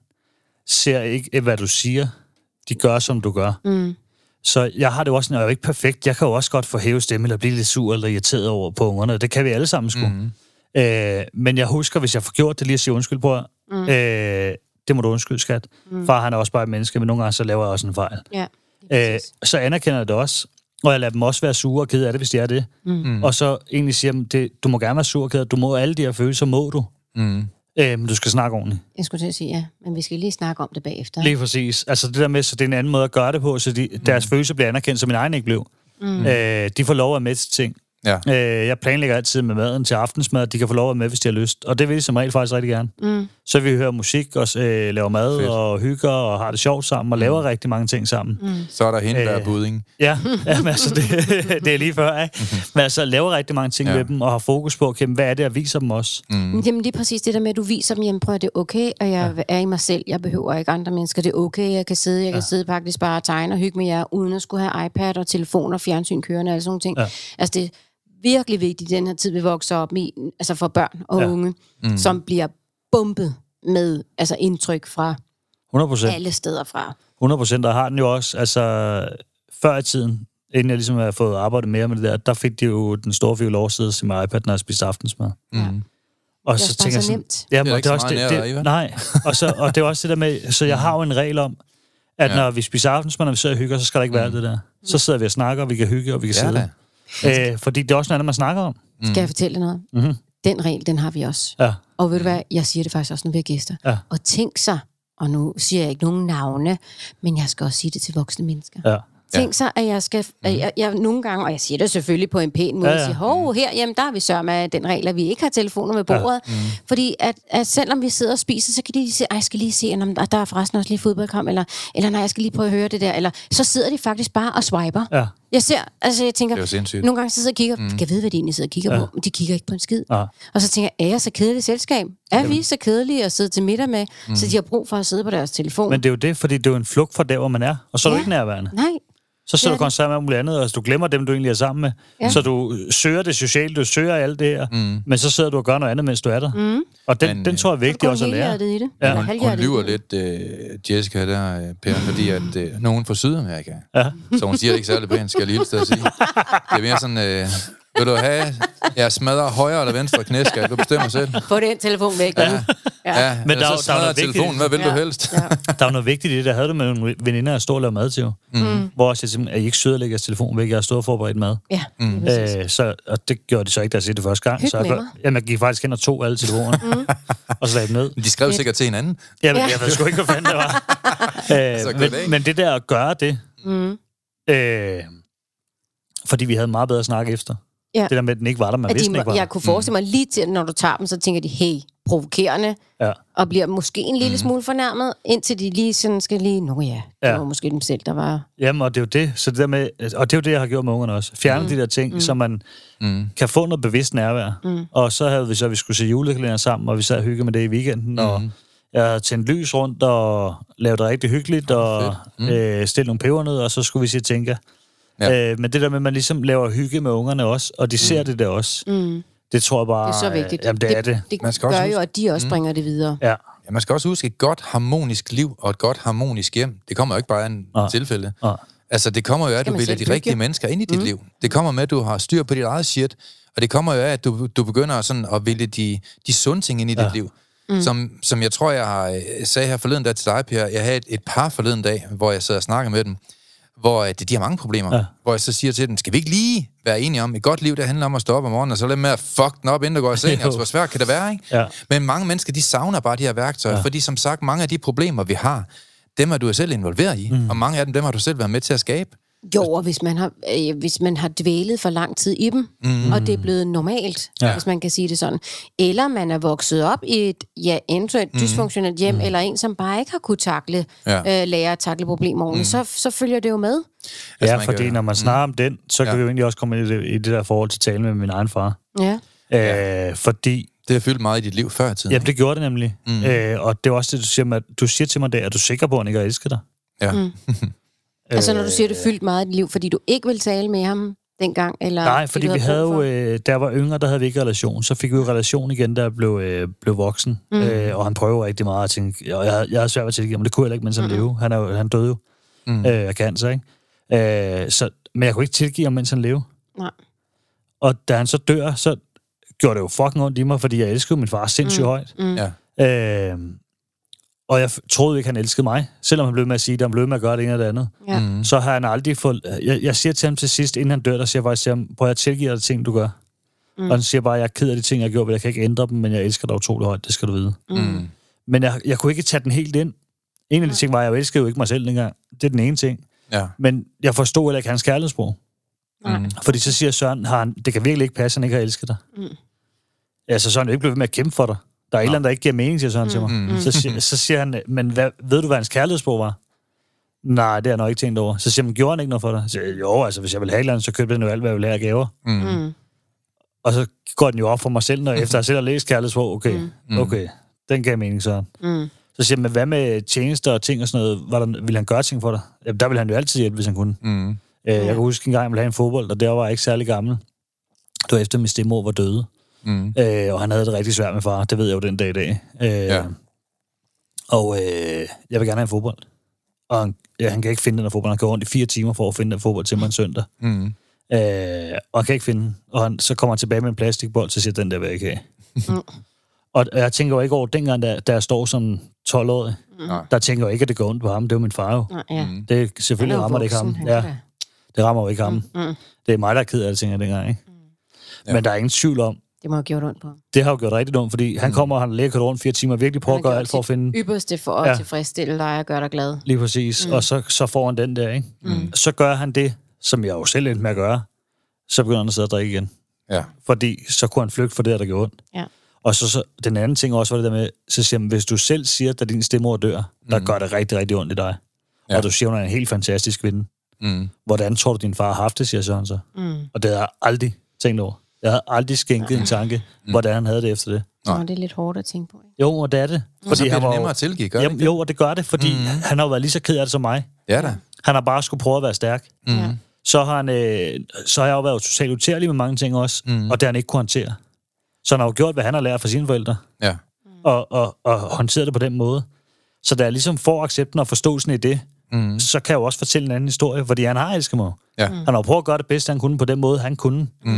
Speaker 2: ser ikke, hvad du siger. De gør, som du gør. Mm. Så jeg har det også, når jeg er ikke perfekt. Jeg kan jo også godt få hæve stemme, eller blive lidt sur eller irriteret over på ungerne. Det kan vi alle sammen sgu. Mm. Øh, men jeg husker, hvis jeg får gjort det, lige at sige undskyld på mm. øh, det må du undskylde, skat. Mm. Far, han er også bare et menneske, men nogle gange så laver jeg også en fejl. Ja, øh, så anerkender jeg det også. Og jeg lader dem også være sure og kede af det, hvis de er det. Mm. Og så egentlig siger dem, det, du må gerne være sur og kede af det. Du må alle de her følelser, må du. Mm. Øh, men du skal snakke ordentligt.
Speaker 3: Jeg skulle til at sige, ja. Men vi skal lige snakke om det bagefter.
Speaker 2: Lige præcis. Altså det der med, så det er en anden måde at gøre det på, så de, mm. deres følelser bliver anerkendt, som min egen ikke blev. Mm. Øh, de får lov at være med til ting. Ja. Øh, jeg planlægger altid med maden til aftensmad, de kan få lov at være med, hvis de har lyst. Og det vil de som regel faktisk rigtig gerne. Mm. Så vi hører musik og øh, laver mad Fedt. og hygger og har det sjovt sammen og mm. laver rigtig mange ting sammen. Mm.
Speaker 1: Så er der hende, der er budding.
Speaker 2: Ja, jamen, altså, det, det er lige før, ikke? Mm-hmm. Men altså laver rigtig mange ting ja. med dem og har fokus på, okay, hvad er det, jeg viser dem også? Mm.
Speaker 3: Jamen det er præcis det der med, at du viser dem, jamen prøv at det er okay, og jeg ja. er i mig selv, jeg behøver ikke andre mennesker, det er okay, jeg kan sidde, jeg ja. kan sidde faktisk bare og tegne og hygge med jer, uden at skulle have iPad og telefon og fjernsyn kørende og sådan nogle ting. Ja. Altså det virkelig vigtigt i den her tid, vi vokser op i, altså for børn og ja. unge, mm. som bliver bumpet med altså indtryk fra
Speaker 2: hundrede procent.
Speaker 3: Alle steder fra.
Speaker 2: hundrede procent, og har den jo også, altså før i tiden, inden jeg ligesom har fået arbejdet mere med det der, der fik de jo den store fik lov at sidde med iPad, når jeg spiste aftensmad. Mm.
Speaker 3: Ja. Og det er så tænker jeg så nemt.
Speaker 2: Ja, det er, det er også det, det, det nej, og, så, og det er også det der med, så jeg har jo en regel om, at ja. når vi spiser aftensmad, når vi sidder og hygger, så skal der ikke mm. være det der. Så sidder vi og snakker, og vi kan hygge, og vi kan ja, sidde. Æh, fordi det er også noget, man snakker om.
Speaker 3: Mm. Skal jeg fortælle dig noget? Mm-hmm. Den regel, den har vi også. Ja. Og ved du hvad, jeg siger det faktisk også, når vi er gæster. Ja. Og tænk sig, og nu siger jeg ikke nogen navne, men jeg skal også sige det til voksne mennesker. Ja. Tænk så, at jeg skal, at jeg, jeg nogle gange, og jeg siger det selvfølgelig på en pæn måde, ja, ja. siger, hov, her, jamen, der er vi sørme af den regel, at vi ikke har telefoner med bordet. Ja. Mm. Fordi at, at selvom vi sidder og spiser, så kan de lige sige, ej, jeg skal lige se, at der er forresten også lige fodboldkamp, eller, eller nej, jeg skal lige prøve at høre det der, eller så sidder de faktisk bare og swiper. Ja. Jeg ser, altså jeg tænker, nogle gange så sidder og kigger, mm. kan jeg vide, hvad de egentlig sidder og kigger ja. på, men de kigger ikke på en skid. Ja. Og så tænker jeg, er jeg så kedelig selskab? Er Jamen. vi så kedelige at sidde til middag med, mm. så de har brug for at sidde på deres telefon?
Speaker 2: Men det er jo det, fordi det er jo en flugt fra der, hvor man er, og så er ja. du ikke nærværende.
Speaker 3: Nej.
Speaker 2: Så sidder du konstant med alt muligt andet, og altså, du glemmer dem, du egentlig er sammen med. Ja. Så du søger det sociale, du søger alt det her, mm. men så sidder du og gør noget andet, mens du er der. Mm. Og den, men, den tror jeg er vigtig også at lære.
Speaker 3: Det i det.
Speaker 1: Ja. Hun, hun lyver lidt, uh, Jessica der, Per, fordi at uh, nogen fra Sydamerika. Ja. Så hun siger det ikke særlig pænt, skal jeg lige at sige. Det er mere sådan, uh, Vil du have, jeg smadrer højre eller venstre knæskal? Du bestemmer selv.
Speaker 3: Få den telefon væk. Ja.
Speaker 1: Ja, ja. Men der, så smadrer telefonen. Hvad vil ja. du helst? Ja.
Speaker 2: Der er noget vigtigt i det. Der havde du med nogle veninder, jeg stod og lavede mad til. Mm. Hvor jeg siger, er I ikke søde at lægge jeres telefon væk? Jeg har stået og forberedt mad.
Speaker 3: Ja,
Speaker 2: mm. øh, så, og det gjorde de så ikke, da jeg sagde det første gang.
Speaker 3: Hyg
Speaker 2: så jeg, jamen, jeg gik faktisk hen og tog alle telefonerne. Mm. Og så lagde dem ned.
Speaker 1: De skrev sikkert til hinanden.
Speaker 2: Jamen, jeg ved sgu ikke, hvad fanden det var. øh, men, men det der at gøre det... Mm. Øh, fordi vi havde meget bedre snak efter. Ja. Det der med, at den ikke var der, man at vidste de, ikke var
Speaker 3: Jeg kunne forestille mig lige til, når du tager dem, så tænker de, hey, provokerende, ja. Og bliver måske en lille smule fornærmet, indtil de lige sådan skal lige, nå ja, det ja. var måske dem selv, der var...
Speaker 2: Jamen, og det er jo det, så det der med, og det er jo det, jeg har gjort med ungerne også. Fjerne mm. de der ting, mm. så man mm. kan få noget bevidst nærvær. Mm. Og så havde vi så, vi skulle se julekalender sammen, og vi sad og hyggede med det i weekenden, mm. og jeg havde tændt lys rundt og lavet det rigtig hyggeligt, oh, og mm. øh, stillet nogle pebernødder, og så skulle vi se tænke. Ja. Øh, men det der med, at man ligesom laver hygge med ungerne også, og de ser mm. det der også, mm. det tror jeg bare...
Speaker 3: Det er så vigtigt.
Speaker 2: Jamen, det, det er det.
Speaker 3: Det man gør jo, at de også mm. bringer det videre.
Speaker 1: Ja. Ja, man skal også huske, et godt harmonisk liv og et godt harmonisk hjem, det kommer jo ikke bare af en ah. tilfælde. Ah. Altså, det kommer jo af, at du vælger de rigtige mennesker ind i dit mm. liv. Det kommer med, at du har styr på dit eget shit, og det kommer jo af, at du, du begynder sådan at vælge de, de sunde ting ind i ja. dit liv. Mm. Som, som jeg tror, jeg har sagde her forleden dag til dig, Per. Jeg havde et, et par forleden dag, hvor jeg sad og snakkede med dem, hvor de, de har mange problemer. Ja. Hvor jeg så siger til dem, skal vi ikke lige være enige om, et godt liv, der handler om at stå op om morgenen, og så lade med at fuck den op, inden du går i seng. Altså, hvor svært kan det være, ikke? Ja. Men mange mennesker, de savner bare de her værktøjer, ja. fordi som sagt, mange af de problemer, vi har, dem er du selv involveret i, mm. og mange af dem, dem har du selv været med til at skabe.
Speaker 3: Jo, og hvis man har, øh, hvis man har dvælet for lang tid i dem, mm. og det er blevet normalt, ja. hvis man kan sige det sådan, eller man er vokset op i et, ja, eventuelt dysfunktionelt hjem, mm. eller en, som bare ikke har kunne takle, ja. øh, lære at takle problemer ordentligt, mm. så, så følger det jo med.
Speaker 2: Ja, fordi kan, når man snakker mm. om den, så kan ja. vi jo egentlig også komme ind i det, i det der forhold til tale med min egen far.
Speaker 3: Ja.
Speaker 2: Øh, fordi...
Speaker 1: Det har fyldt meget i dit liv før i tiden.
Speaker 2: Ja, det gjorde det nemlig. Mm. Øh, og det er også det, du siger, med, du siger til mig, det, er du sikker på, at han ikke har elsket dig?
Speaker 1: Ja. Mm.
Speaker 3: Altså når du siger, det fyldt meget i dit liv, fordi du ikke ville tale med ham dengang? Eller
Speaker 2: nej, fordi vi havde jo, øh, der var yngre, der havde vi ikke relation. Så fik vi jo relation igen, da jeg blev, øh, blev voksen. Mm. Øh, og han prøver rigtig meget at tænke, og jeg, jeg havde svært ved at tilgive, men det kunne jeg ikke, mens han mm. levede. Han, er jo, han døde jo mm. øh, af cancer, ikke? Øh, så, men jeg kunne ikke tilgive ham, mens han levede. Nej. Og da han så dør, så gjorde det jo fucking ondt i mig, fordi jeg elskede min far sindssygt mm. højt. Mm. Ja. Øh, Og jeg troede ikke, han elskede mig. Selvom han blev med at sige det, han blev med at gøre det ene eller det andet. Ja. Mm. Så har han aldrig fået... Jeg, jeg siger til ham til sidst, inden han dør, der siger jeg faktisk til ham, prøv at tilgive dig ting, du gør. Mm. Og han siger bare, jeg er ked af de ting, jeg gjorde, men jeg kan ikke ændre dem, men jeg elsker dig utroligt højt, det skal du vide. Mm. Men jeg, jeg kunne ikke tage den helt ind. En af de ting var, at jeg elskede jo ikke mig selv dengang. Det er den ene ting. Ja. Men jeg forstod heller ikke hans kærlighedsbrug. Mm. Fordi så siger Søren, har han, det kan virkelig ikke passe, at han ikke har elsket dig. Mm. Altså, så er han jo ikke blevet ved med at kæmpe for dig. Der er et eller andet, der ikke giver mening til sådan mm. til mig. Mm. Så, siger, så siger han, men hvad, ved du, hvad hans kærlighedsbrug var? Nej, det har jeg nok ikke tænkt over. Så siger han, gjorde han ikke noget for dig? Så siger, jo, altså, hvis jeg vil have et eller andet, så købte jeg nu alt, hvad jeg vil have af gaver. Mm. Og så går den jo op for mig selv, når efter jeg selv har læst kærlighedsbrug. Okay, mm. okay, den gav mening så. Mm. Så siger han, men hvad med tjenester og ting og sådan noget? Var der, ville han gøre ting for dig? Jamen, der ville han jo altid hjælpe, hvis han kunne. Mm. Øh, jeg kan huske en gang, jeg ville have en fodbold, og der var jeg ikke særlig gammel. Det var efter min stemmor var døde. Mm. Øh, og han havde det rigtig svært med far, det ved jeg jo den dag i dag. Øh, ja. Og øh, jeg vil gerne have en fodbold. Og han, ja, han kan ikke finde den der fodbold. Han kan rundt i fire timer for at finde den fodbold til mig en søndag. Mm. Øh, og han kan ikke finde den. Og han, så kommer han tilbage med en plastikbold, så siger den der vil jeg ikke have. Mm. Og jeg tænker jo ikke over, dengang, da, da jeg står som tolv-årig, mm. der tænker jeg ikke, at det går ondt på ham. Det er jo min far jo. Mm. Ja. Det selvfølgelig rammer det ikke ham. Ja, det rammer jo ikke ham. Mm. Det er mig, der er ked af det, tænker jeg dengang, ikke? Mm. Ja. Men der er ingen tvivl om,
Speaker 3: det må have gjort ondt på ham.
Speaker 2: Det har jo gjort rigtig ondt, fordi han kommer og han lægger rundt fire timer og virkelig prøver at gøre alt for at finde...
Speaker 3: ypperste for at ja. tilfredsstille dig og gøre dig glad.
Speaker 2: Lige præcis. Mm. Og så, så får han den der, ikke? Mm. Så gør han det, som jeg jo selv endte med at gøre. Så begynder han at sidde og drikke igen. Ja. Fordi så kunne han flygte for det, der gjorde ondt. Ja. Og så, så den anden ting også var det der med, så siger han, hvis du selv siger, at din stemmor dør, der mm. gør det rigtig, rigtig ondt i dig. Ja. Og du siger, hun er en helt fantastisk kvinde. Mm. Hvordan tror du, din far har haft det, siger Søren så. Mm. Og det har jeg aldrig tænkt over. Jeg havde aldrig skænket en tanke, mm. hvordan han havde det efter det.
Speaker 3: Nå, det er lidt hårdt at tænke på, ikke?
Speaker 2: Jo, og det er det.
Speaker 1: Fordi så bliver det nemmere at tilgive, gør
Speaker 2: jamen, det Jo, og det gør det, fordi mm. han har jo været lige så ked af det som mig.
Speaker 1: Ja da.
Speaker 2: Han har bare skulle prøve at være stærk. Mm. Så, har han, øh, så har jeg jo været totalt utærlig med mange ting også, mm. og det han ikke kunne håndtere. Så han har jo gjort, hvad han har lært fra sine forældre. Ja. Og, og, og håndteret det på den måde. Så da jeg ligesom får accepten og forståelsen i det, mm. så kan jeg jo også fortælle en anden historie, fordi han har elsket mig. Ja. Han har jo prøvet at gøre det bedste, han kunne på den måde, han kunne. Mm.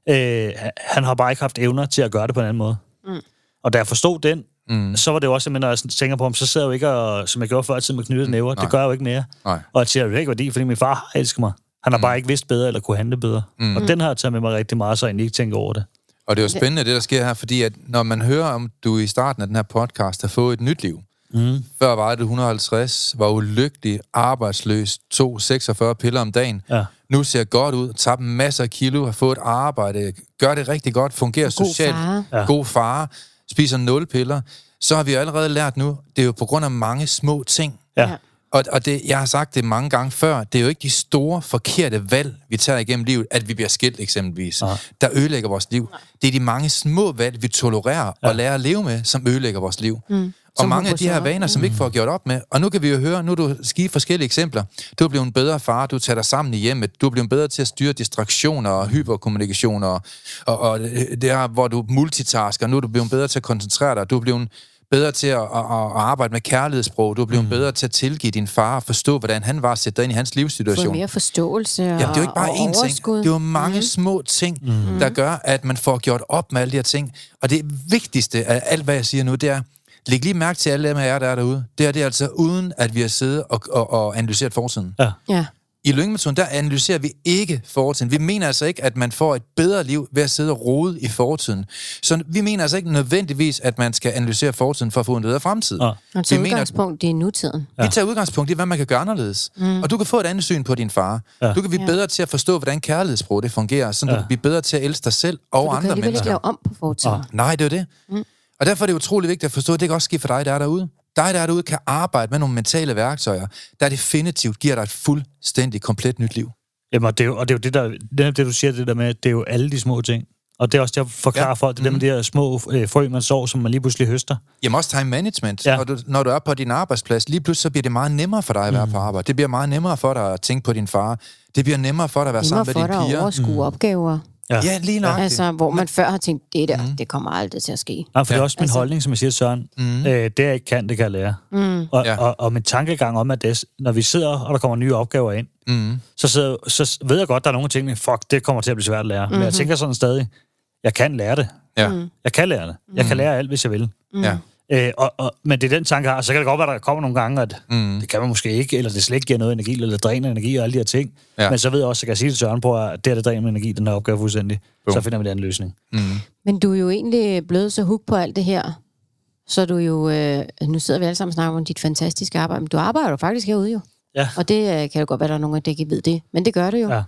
Speaker 2: Øh, han har bare ikke haft evner til at gøre det på en anden måde. Mm. Og da jeg forstod den, mm. så var det jo også, når jeg tænker på ham, så sidder jeg jo ikke, og, som jeg gjorde før, med knyttede næver. Det gør jeg jo ikke mere. Nej. Og jeg siger, det er ikke værdi, fordi min far elsker mig. Han har mm. bare ikke vidst bedre, eller kunne handle bedre. Mm. Og den har jeg taget med mig rigtig meget, så jeg ikke tænker over det. Og
Speaker 1: det er jo spændende, det der sker her, fordi at når man hører om, du i starten af den her podcast har fået et nyt liv. Mm. Før var det et hundrede og halvtreds, var ulykkelig, arbejdsløs, tog seksogfyrre piller om dagen. Ja. Nu ser godt ud, tager masser af kilo, har fået et arbejde, gør det rigtig godt, fungerer god socialt, far. Ja. God far, spiser nul piller. Så har vi allerede lært nu, det er jo på grund af mange små ting. Ja. Og, og det, jeg har sagt det mange gange før, det er jo ikke de store, forkerte valg, vi tager igennem livet, at vi bliver skilt eksempelvis, ja. Der ødelægger vores liv. Det er de mange små valg, vi tolererer ja. Og lærer at leve med, som ødelægger vores liv. Mm. Og mange af de her vaner, som vi ikke får gjort op med. Og nu kan vi jo høre, nu er du skive forskellige eksempler. Du er blevet en bedre far, du tager dig sammen i hjemmet, du er blevet bedre til at styre distraktioner og hyperkommunikation, og, og, og det er, hvor du multitasker, nu er du blevet bedre til at koncentrere dig, du er blevet bedre til at, at, at arbejde med kærlighedssprog, du er blevet mm. bedre til at tilgive din far og forstå, hvordan han var, sætte dig ind i hans livssituation.
Speaker 3: Få mere forståelse og
Speaker 1: Jamen, det er jo ikke bare én ting. Det er jo mange mm. små ting, mm. der gør, at man får gjort op med alle de her ting. Og det vigtigste af alt, hvad jeg siger nu, det er, læg lige mærke til alle dem af jer, der er derude. Det er det altså uden, at vi har siddet og, og, og analyseret fortiden. Ja. Ja. I Lyngmetoden, der analyserer vi ikke fortiden. Vi mener altså ikke, at man får et bedre liv ved at sidde og rode i fortiden. Så vi mener altså ikke nødvendigvis, at man skal analysere fortiden for at få en bedre fremtid. Ja.
Speaker 3: Og til udgangspunkt, det er nutiden.
Speaker 1: Vi tager udgangspunkt i, hvad man kan gøre anderledes. Mm. Og du kan få et andet syn på din far. Ja. Du kan blive bedre til at forstå, hvordan kærlighedssprog det fungerer, så ja. Du kan blive bedre til at elske dig selv og andre mennesker. Så du kan
Speaker 3: ikke lave om på fortiden.
Speaker 1: Ja. Nej, det er det. Mm. Og derfor er det utrolig vigtigt at forstå, at det kan også ske for dig, der er derude. Dig, der er derude, kan arbejde med nogle mentale værktøjer, der definitivt giver dig et fuldstændig komplet nyt liv.
Speaker 2: Jamen, og det er jo, og det, er jo det, der, det, er det, du siger, det der med, det er jo alle de små ting. Og det er også det, jeg forklarer ja. folk, det er mm. dem, de her små øh, frø, man sår, som man lige pludselig høster.
Speaker 1: Jamen også time management. Ja. Når, du, når du er på din arbejdsplads, lige pludselig så bliver det meget nemmere for dig at være mm. på arbejde. Det bliver meget nemmere for dig at tænke på din far. Det bliver nemmere for dig at være sammen med dine piger.
Speaker 3: Nemmere for dig at overskue mm. opgaver.
Speaker 1: Ja, ja lige nok.
Speaker 3: Altså, hvor man før har tænkt, det der, mm. det kommer aldrig til at ske.
Speaker 2: Nej, for ja. Det er også min altså, holdning, som jeg siger til Søren. Mm. Øh, det jeg ikke kan, det kan jeg lære. Mm. Og, ja. og, og min tankegang om, at det, når vi sidder, og der kommer nye opgaver ind, mm. så, sidder, så ved jeg godt, at der er nogle ting, fuck, det kommer til at blive svært at lære. Mm-hmm. Men jeg tænker sådan stadig, jeg kan lære det. Ja. Jeg kan lære det. Jeg kan lære alt, hvis jeg vil. Mm. Ja. Øh, og, og, men det er den tanke, jeg har. Så kan det godt være, at der kommer nogle gange, at mm. det kan man måske ikke, eller det slet ikke giver noget energi, eller dræner energi og alle de her ting. Ja. Men så ved jeg også, at jeg kan sige til Søren på, at det er det dræner energi, den her opgave fuldstændig. Boom. Så finder vi den løsning. Mm.
Speaker 3: Men du er jo egentlig blevet så hooked på alt det her, så du jo, øh, nu sidder vi alle sammen og snakker om dit fantastiske arbejde, men du arbejder jo faktisk herude jo. Ja. Og det øh, kan jo godt være, der er nogen, der ikke ved det, men det gør du jo. Ja.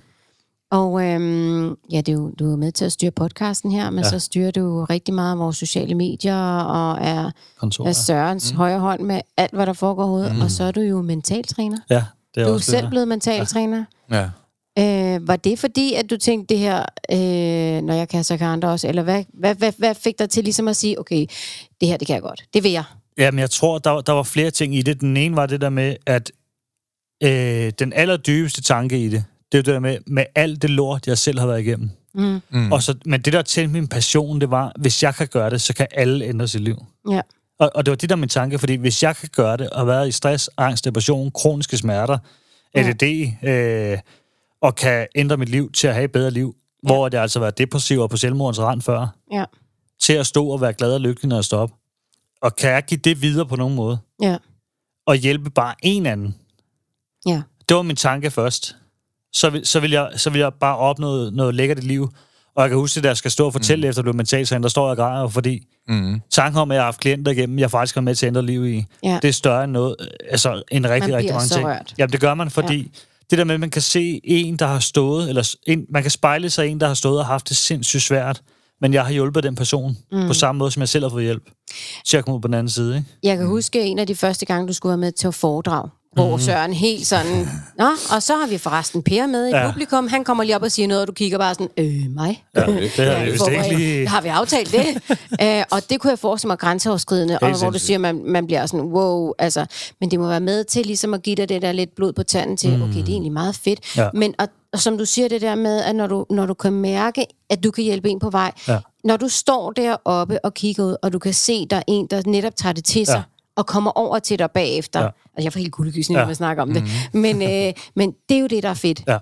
Speaker 3: Og øhm, ja, det er jo, du er med til at styre podcasten her, men ja. Så styrer du rigtig meget af vores sociale medier, og er, er Sørens mm. højre hånd med alt, hvad der foregår hovedet, mm. og så er du jo mentaltræner.
Speaker 2: Ja, det er
Speaker 3: du er
Speaker 2: også
Speaker 3: selv
Speaker 2: det,
Speaker 3: blevet mentaltræner.
Speaker 1: Ja.
Speaker 3: Øh, var det fordi, at du tænkte det her, øh, når jeg kan, så kan andre også, eller hvad, hvad, hvad, hvad fik dig til ligesom at sige, okay, det her, det kan jeg godt, det vil jeg?
Speaker 2: Jamen, jeg tror, der, der var flere ting i det. Den ene var det der med, at øh, den allerdybeste tanke i det, det er det der med, med alt det lort, jeg selv har været igennem. Mm. Mm. Og så, men det der til min passion, det var, hvis jeg kan gøre det, så kan alle ændre sit liv. Ja. Og, og det var det der min tanke, fordi hvis jeg kan gøre det, og være i stress, angst, depression, kroniske smerter, ja. A D D, øh, og kan ændre mit liv til at have et bedre liv, ja. Hvor jeg altså var depressiv og på selvmordens rand før, ja. Til at stå og være glad og lykkelig, når jeg står op. Og kan jeg give det videre på nogen måde? Ja. Og hjælpe bare en anden? Ja. Det var min tanke først. Så vil, så, vil jeg, så vil jeg bare opnå noget, noget lækkert i liv. Og jeg kan huske, at jeg skal stå og fortælle mm. efter at blive mentaltræner, der står jeg og græder, fordi mm. tanken om, at jeg har haft klienter igennem, jeg faktisk har med til at ændre liv i, ja. Det er større end noget, altså en rigtig, rigtig mange ting. Rørt. Jamen, det gør man, fordi ja. Det der med, at man kan se en, der har stået, eller en, man kan spejle sig en, der har stået og haft det sindssygt svært, men jeg har hjulpet den person mm. på samme måde, som jeg selv har fået hjælp. Så jeg kommer ud på den anden side, ikke?
Speaker 3: Jeg kan huske en af de første gange, du skulle være med til at foredrage, hvor Søren helt sådan, nå, og så har vi forresten Per med i ja. Publikum. Han kommer lige op og siger noget, og du kigger bare sådan, øh, mig?
Speaker 2: Ja, det, det har vi vist ikke lige...
Speaker 3: Har vi aftalt det? uh, og det kunne jeg forestille mig grænseoverskridende, og hvor du siger, man, man bliver sådan, wow, altså, men det må være med til ligesom at give dig det der lidt blod på tanden til, mm. okay, det er egentlig meget fedt. Ja. Men og, og som du siger det der med, at når du, når du kan mærke, at du kan hjælpe en på vej, ja. Når du står deroppe og kigger ud, og du kan se, der er en, der netop tager det til sig, ja. Og kommer over til dig bagefter. Ja. Altså, jeg får helt kuldegysning, når ja. Man snakker om det. Mm-hmm. Men, øh, men det er jo det, der er fedt. Ja.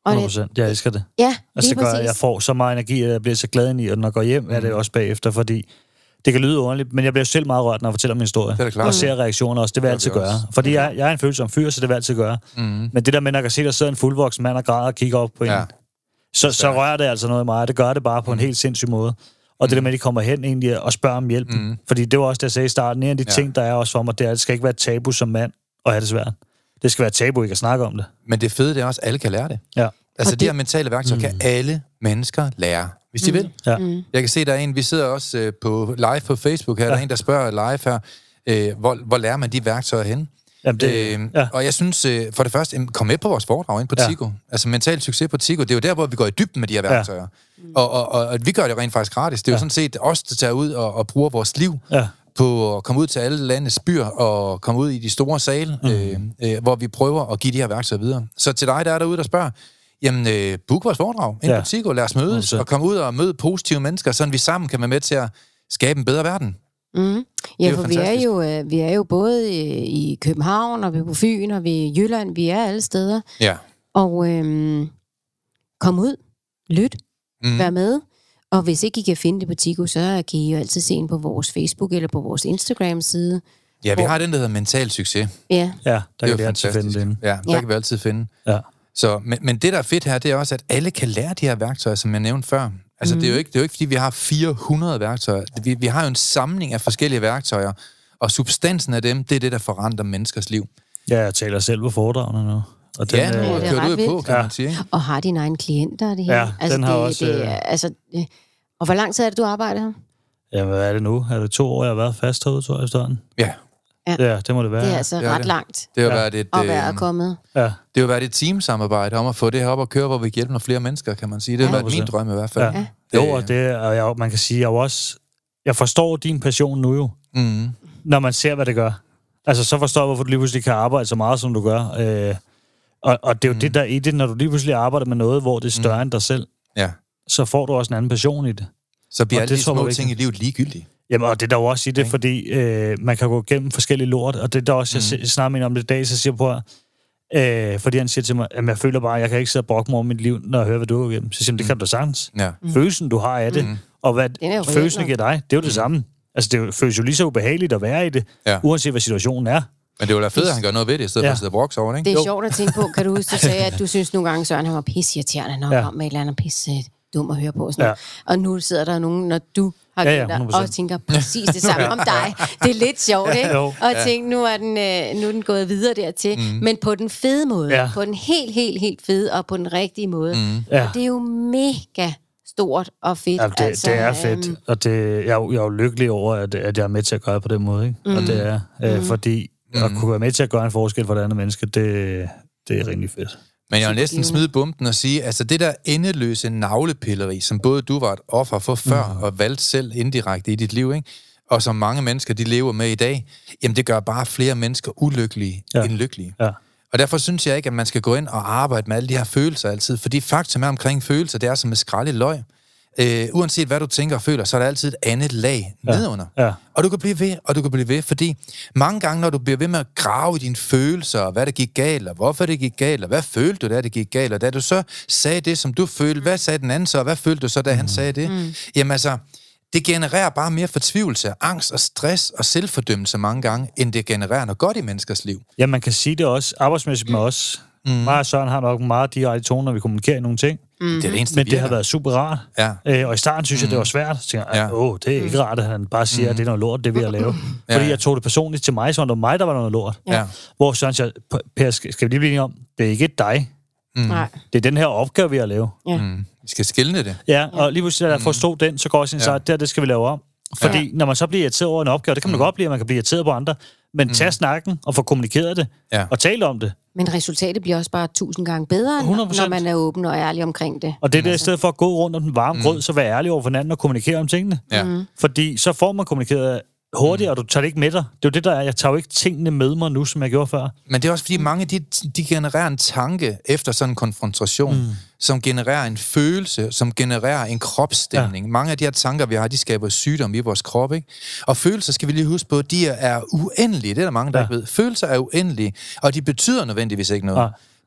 Speaker 2: hundrede procent. Jeg elsker det.
Speaker 3: Ja,
Speaker 2: altså,
Speaker 3: lige
Speaker 2: det gør,
Speaker 3: præcis.
Speaker 2: Jeg får så meget energi, at jeg bliver så glad ind i, og når jeg går hjem, mm. er det også bagefter, fordi det kan lyde underligt, men jeg bliver selv meget rørt, når jeg fortæller min historie.
Speaker 1: Det er klart.
Speaker 2: Og ser reaktioner også. Det vil jeg altid gøre. Fordi jeg, jeg er en følsom fyr, så det vil jeg altid gøre. Mm. Men det der med, at jeg kan se, der sidder en fuldvoksen mand og græder og kigger op på en,
Speaker 1: ja.
Speaker 2: så, så rører det altså noget i mig. Det gør det bare på mm. en helt sindssyg måde. Og mm. det der med, at de kommer hen egentlig og spørger om hjælp. Mm. Fordi det var også det, jeg sagde i starten. En af de ja. ting, der er også for mig, det er, at det skal ikke være et tabu som mand at have det svært. Det skal være tabu, ikke at snakke om det.
Speaker 1: Men det fede, det er også, at alle kan lære det.
Speaker 2: Ja.
Speaker 1: Altså,
Speaker 3: det...
Speaker 1: de her mentale værktøjer mm. kan alle mennesker lære, hvis de mm. vil.
Speaker 2: Ja.
Speaker 1: Mm. Jeg kan se, der er en, vi sidder også øh, på live på Facebook her, ja. Der er en, der spørger live her, øh, hvor, hvor lærer man de værktøjer hen?
Speaker 2: Jamen, det,
Speaker 1: øh,
Speaker 2: ja.
Speaker 1: Og jeg synes, øh, for det første, kom med på vores foredrag ind på
Speaker 2: ja.
Speaker 1: Tigo. Altså, mental succes på Tigo, det er jo der, hvor vi går i dybden med de her værktøjer. Ja. Og, og, og, og vi gør det rent faktisk gratis. Det er jo ja. sådan set os, der tager ud og, og bruger vores liv ja. på at komme ud til alle landets byer og komme ud i de store sale, mm. øh, øh, hvor vi prøver at give de her værktøjer videre. Så til dig, der er derude, der spørger, jamen, øh, book vores foredrag ind ja. på Tigo, lad os mødes okay. og komme ud og møde positive mennesker, sådan vi sammen kan være med til at skabe en bedre verden.
Speaker 3: Mm. Ja, for vi er, jo, øh, vi er jo både i, i København, og vi er på Fyn, og vi er i Jylland, vi er alle steder.
Speaker 1: Ja.
Speaker 3: Og øh, kom ud, lyt, mm. vær med. Og hvis ikke I kan finde det på Tigo, så kan I jo altid se ind på vores Facebook eller på vores Instagram-side.
Speaker 1: Ja, vi
Speaker 3: hvor...
Speaker 1: har den, der hedder Mental Succes.
Speaker 3: Ja,
Speaker 2: ja der kan vi altid finde den.
Speaker 1: Ja, der ja. kan vi altid finde.
Speaker 2: Ja.
Speaker 1: Så, men, men det, der er fedt her, det er også, at alle kan lære de her værktøjer, som jeg nævnte før. Altså, mm. det, er jo ikke, det er jo ikke, fordi vi har fire hundrede værktøjer. Vi, vi har jo en samling af forskellige værktøjer, og substansen af dem, det er det, der forandrer menneskers liv.
Speaker 2: Ja, jeg taler selv på foredragene nu. Og den,
Speaker 1: ja, nu
Speaker 3: øh,
Speaker 1: kører du på, kan
Speaker 2: ja.
Speaker 1: man sige. Ikke?
Speaker 3: Og har dine egne klienter, det her.
Speaker 2: Ja,
Speaker 3: altså,
Speaker 2: den har
Speaker 3: det,
Speaker 2: også...
Speaker 3: Det, altså, det, og hvor lang tid er det, du arbejder her?
Speaker 2: Jamen, hvad er det nu? Er det to år, jeg har været fast herude, tror jeg, efterhånden?
Speaker 1: Ja.
Speaker 2: Ja. ja, det må det være.
Speaker 3: Det er altså
Speaker 1: det er
Speaker 3: ret
Speaker 1: det.
Speaker 3: langt
Speaker 1: det har
Speaker 3: ja.
Speaker 1: været et,
Speaker 3: at være
Speaker 1: øh,
Speaker 3: kommet.
Speaker 2: Ja.
Speaker 1: Det har været et teamsamarbejde om at få det her op og køre, hvor vi hjælper nogle flere mennesker, kan man sige. Det har ja. været min drøm i hvert fald.
Speaker 2: Ja. Jo, og det, og jeg, man kan sige, jeg også... Jeg forstår din passion nu jo, mm. når man ser, hvad det gør. Altså, så forstår jeg, hvorfor du lige pludselig kan arbejde så meget, som du gør. Øh, og, og det er jo mm. det, der i det, når du lige pludselig arbejder med noget, hvor det er større mm. end dig selv,
Speaker 1: ja.
Speaker 2: så får du også en anden passion i det.
Speaker 1: Så bliver alle de små
Speaker 2: ting
Speaker 1: ting i livet ligegyldige.
Speaker 2: Jamen, og det er der jo også i det, okay. fordi øh, man kan gå gennem forskellige lort, og det er der også, mm. jeg snakker med om det i dag, så siger på, øh, fordi han siger til mig, at jeg føler bare, at jeg kan ikke sidde og brokke mig om mit liv, når jeg hører, hvad du går igennem. Så siger han, det kan du sagtens.
Speaker 1: Ja.
Speaker 2: Mm. Følelsen, du har af det, mm. og hvad følelsen giver dig, det er jo det mm. samme. Altså, det føles jo lige så ubehageligt at være i det, ja. uanset hvad situationen er.
Speaker 1: Men det er jo da fedt, at han gør noget ved det, i stedet ja. for at sidde og brokke sig over det, ikke?
Speaker 3: Det er
Speaker 1: jo.
Speaker 3: sjovt at tænke på. Kan du huske, du sagde, at du synes nogle gange, Søren, han var pisseirriterende, når han ja. kom med et eller andet pisse dum at høre på. Sådan ja. Og nu sidder der nogen, når du har ja, ja, dig, og tænker præcis det samme om dig. Det er lidt sjovt, ikke? Og ja. tænke, nu er, den, øh, nu er den gået videre dertil. Mm. Men på den fede måde. Ja. På den helt, helt, helt fede, og på den rigtige måde. Mm. Ja. Og det er jo mega stort og fedt.
Speaker 2: Ja, det, altså, det er fedt. Um... Og det, jeg, er jo, jeg er jo lykkelig over, at, at jeg er med til at gøre det på den måde. Ikke? Mm. Og det er, øh, mm. fordi mm. at kunne være med til at gøre en forskel for et andet menneske, det, det er rigtig fedt.
Speaker 1: Men jeg vil næsten smide bumpen og sige, altså det der endeløse navlepilleri, som både du var et offer for før, mm. og valgte selv indirekte i dit liv, ikke? Og som mange mennesker, de lever med i dag, jamen det gør bare flere mennesker ulykkelige ja. end lykkelige. Ja. Og derfor synes jeg ikke, at man skal gå ind og arbejde med alle de her følelser altid, fordi faktum er omkring følelser, det er som et skrald i løg. Øh, uanset hvad du tænker og føler, så er der altid et andet lag ja. nedenunder. Ja. Og du kan blive ved, og du kan blive ved, fordi mange gange, når du bliver ved med at grave i dine følelser, og hvad der gik galt, og hvorfor det gik galt, og hvad følte du, da det gik galt, og da du så sagde det, som du følte, hvad sagde den anden så, og hvad følte du så, da mm. han sagde det? Mm. Jamen altså, det genererer bare mere fortvivlelse, angst og stress og selvfordømmelse mange gange, end det genererer noget godt i menneskers liv.
Speaker 2: Ja, man kan sige det også, arbejdsmæssigt med os. Mm. Mig og Søren har nok meget direkte tone, når vi kommunikerer i nogle ting.
Speaker 1: Mm. Det er det eneste,
Speaker 2: men det har været super rart. Ja. Øh, og i starten synes jeg, mm. det var svært. Så tænkte jeg, åh, det er ikke rart, at han bare siger, mm. at det er noget lort, det vi har lavet. Ja. Fordi jeg tog det personligt til mig, så det var mig, der var noget lort. Ja. Hvor Søren siger, Per, skal vi lige blive enige om, det er ikke dig. Mm. Det er den her opgave, vi har lavet.
Speaker 1: Ja. Mm. Vi skal skille det.
Speaker 2: Ja, og lige pludselig, da jeg forstod den, så går jeg sådan, ja. at det her, det skal vi lave om. Fordi ja. når man så bliver irriteret over en opgave, det kan man mm. godt blive, at man kan blive irriteret på andre, men mm. tage snakken og få kommunikeret det, ja. og tale om det.
Speaker 3: Men resultatet bliver også bare tusind gange bedre, hundrede procent. Når man er åben og ærlig omkring det.
Speaker 2: Og det er det, i stedet for at gå rundt om den varme mm. grød, så vær ærlig over for hinanden og kommunikere om tingene. Ja. Mm. Fordi så får man kommunikeret hurtigere, mm. og du tager det ikke med dig. Det er jo det, der er. Jeg tager jo ikke tingene med mig nu, som jeg gjorde før.
Speaker 1: Men det er også, fordi mange, de, de genererer en tanke efter sådan en konfrontation, mm. som genererer en følelse, som genererer en kropsstemning. Ja. Mange af de her tanker, vi har, de skaber sygdom i vores krop, ikke? Og følelser, skal vi lige huske på, de er uendelige. Det er der mange, der ja. ikke ved. Følelser er uendelige, og de betyder nødvendigvis ikke noget. Ja.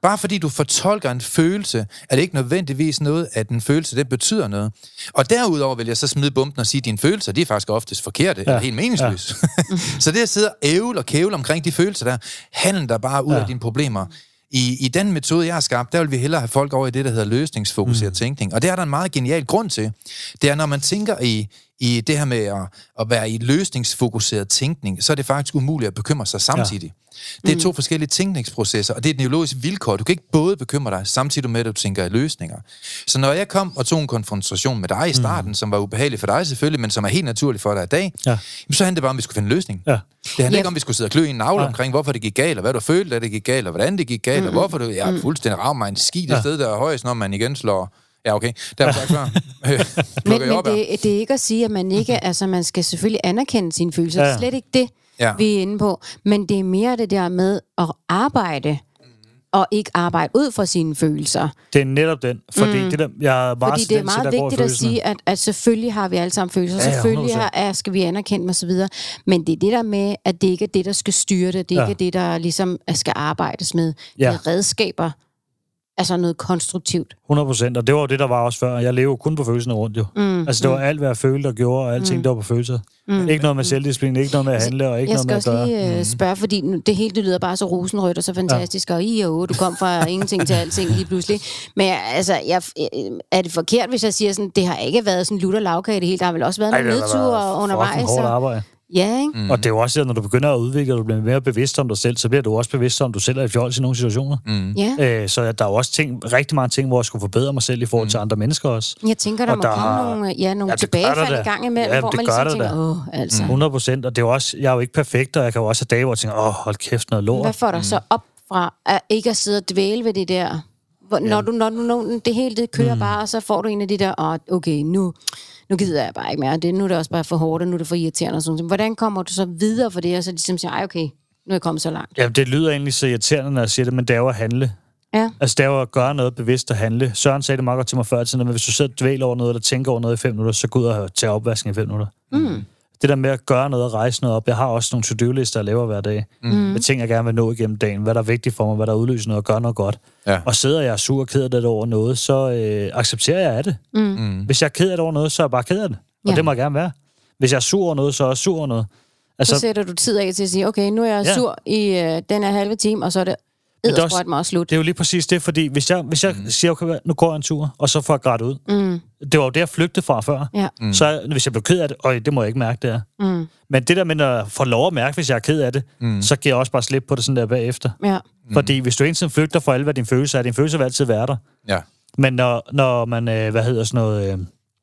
Speaker 1: Bare fordi du fortolker en følelse, er det ikke nødvendigvis noget, at en følelse, det betyder noget. Og derudover vil jeg så smide bomben og sige, at dine følelser, de er faktisk oftest forkerte, ja. eller helt meningsløse. Ja. Så det at sidde og ævle og kævle omkring de følelser der, handler der bare ud ja. af dine problemer. I, I den metode, jeg har skabt, der vil vi hellere have folk over i det, der hedder løsningsfokuseret mm. tænkning. Og det er der en meget genial grund til. Det er, når man tænker i, i det her med at, at være i løsningsfokuseret tænkning, så er det faktisk umuligt at bekymre sig samtidig. Ja. Det er to mm. forskellige tænkningsprocesser, og det er et neurologisk vilkår. Du kan ikke både bekymre dig, samtidig med, at du tænker i løsninger. Så når jeg kom og tog en konfrontation med dig i starten, mm. som var ubehagelig for dig selvfølgelig, men som er helt naturlig for dig i dag, ja. så handlede det bare om, at vi skulle finde en løsning. Ja. Det handlede ja. ikke om, at vi skulle sidde og klø i en navle ja. omkring, hvorfor det gik galt, og hvad du følte, at det gik galt, og hvordan det gik galt, mm. og hvorfor du... Jeg er fuldstændig rav mig en ski, det ja. sted, der er højst, når man igen slår... Ja, okay. Der er sagt
Speaker 3: Men, men det, det er ikke at sige, at man ikke... Altså, man skal selvfølgelig anerkende sine følelser. Ja. Det er slet ikke det, ja. vi er inde på. Men det er mere det der med at arbejde, og ikke arbejde ud fra sine følelser.
Speaker 2: Det er netop den. Fordi mm. det, der, jeg er
Speaker 3: fordi det er meget vigtigt at sige, at, at selvfølgelig har vi alle sammen følelser. Ja, selvfølgelig har, er, skal vi anerkende dem og så videre. Men det er det der med, at det ikke er det, der skal styre det. Det er ja. ikke det, der ligesom skal arbejdes med. Ja. Det er redskaber. Altså noget konstruktivt.
Speaker 2: hundrede procent, og det var det, der var også før. Jeg levede kun på følelserne rundt, jo. Mm, altså, det var mm. alt, hvad jeg følte og gjorde, og alting, mm. der var på følelser. Mm. Ikke noget med selvdisciplin, ikke noget med at handle, og ikke noget med at gøre.
Speaker 3: Jeg skal også lige uh, spørge, fordi det hele det lyder bare så rosenrødt og så fantastisk, ja. og I og du kom fra ingenting til alting lige pludselig. Men jeg, altså, jeg, er det forkert, hvis jeg siger sådan, det har ikke været sådan lutter lavkage det hele, der har vel også været nogle nedture undervejs.
Speaker 2: Fucking hårdt arbejde.
Speaker 3: Ja, ikke?
Speaker 2: Mm. Og det er jo også, at når du begynder at udvikle, og du bliver mere bevidst om dig selv, så bliver du også bevidst om, du selv er i fjols i nogle situationer.
Speaker 3: Mm. Yeah.
Speaker 2: Æ, så der er jo også ting, rigtig mange ting, hvor jeg skulle forbedre mig selv i forhold til andre mennesker også.
Speaker 3: Jeg tænker, der og må der komme har... nogle, ja, nogle ja, tilbagefald i gang imellem, ja, hvor man ligesom tænker, åh, altså.
Speaker 2: hundrede procent, og det er jo også, jeg er jo ikke perfekt, og jeg kan jo også have dage, hvor jeg tænker, åh, hold kæft, noget lort.
Speaker 3: Hvad får dig mm. så op fra, at ikke at sidde og dvæle ved det der? Hvor, ja. Når du, når du, når det hele det kører mm. bare, og så får du en af de der, åh, okay, nu... Nu gider jeg bare ikke mere. Det, nu er det også bare for hårdt, og nu er det for irriterende. Og sådan. Hvordan kommer du så videre for det? Og så ligesom siger, ej okay, nu er jeg kommet så langt.
Speaker 2: Ja, det lyder egentlig så irriterende, når jeg siger det, men det er jo at handle.
Speaker 3: Ja.
Speaker 2: Altså det er jo at gøre noget bevidst at handle. Søren sagde det meget godt til mig før, at hvis du sidder og dvæler over noget, eller tænker over noget i fem minutter, så gå ud og tage opvasken i fem minutter. Mm. Det der med at gøre noget og rejse noget op. Jeg har også nogle to-do-lister, jeg laver hver dag. Mm. Med ting, jeg gerne vil nå igennem dagen. Hvad der er vigtigt for mig, hvad der udløser noget og gør noget godt. Ja. Og sidder jeg sur og ked af det over noget, så øh, accepterer jeg af det. Mm. Hvis jeg er ked af det over noget, så er jeg bare ked af det. Og ja. det må jeg gerne være. Hvis jeg er sur over noget, så er jeg sur over noget.
Speaker 3: Altså, så sætter du tid af til at sige, okay, nu er jeg ja. sur i øh, den her halve time, og så er det eddersprøjt mig også slut.
Speaker 2: Det er jo lige præcis det, fordi hvis jeg, hvis jeg mm. siger, okay, nu går jeg en tur, og så får jeg grædt ud. Mm. Det var jo det, jeg flygtede fra før. Ja. Mm. Så hvis jeg blev ked af det, øj, det må jeg ikke mærke, det er. Mm. Men det der med at få lov at mærke, hvis jeg er ked af det, mm. så giver jeg også bare slip på det sådan der bagefter. Ja. Mm. Fordi hvis du enten flygter fra alle, hvad din følelse er, din følelse vil altid være der. Ja. Men når, når man, øh, hvad hedder sådan noget... Øh,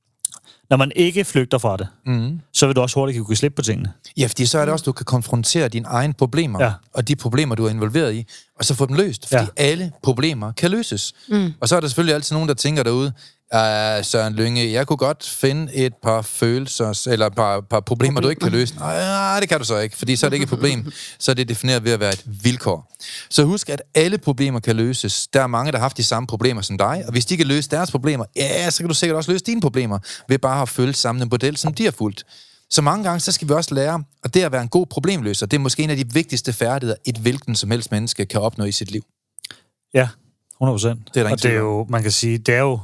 Speaker 2: Når man ikke flygter fra det, mm. så vil du også hurtigt kunne slippe på tingene.
Speaker 1: Ja, fordi så er det også, at du kan konfrontere dine egne problemer, ja. og de problemer, du er involveret i, og så få dem løst. Fordi ja. alle problemer kan løses. Mm. Og så er der selvfølgelig altid nogen, der tænker derude, Uh, Søren Lynge, jeg kunne godt finde et par følelser, eller et par, par problemer, du ikke kan løse. Nej, det kan du så ikke, fordi så er det ikke et problem. Så er det defineret ved at være et vilkår. Så husk, at alle problemer kan løses. Der er mange, der har haft de samme problemer som dig, og hvis de kan løse deres problemer, ja, så kan du sikkert også løse dine problemer, ved bare at følge samme model, som de har fulgt. Så mange gange, så skal vi også lære, at det at være en god problemløser, det er måske en af de vigtigste færdigheder, et hvilken som helst menneske kan opnå i sit liv.
Speaker 2: Ja, hundrede procent. Det er der og det er jo, man kan sige, det er jo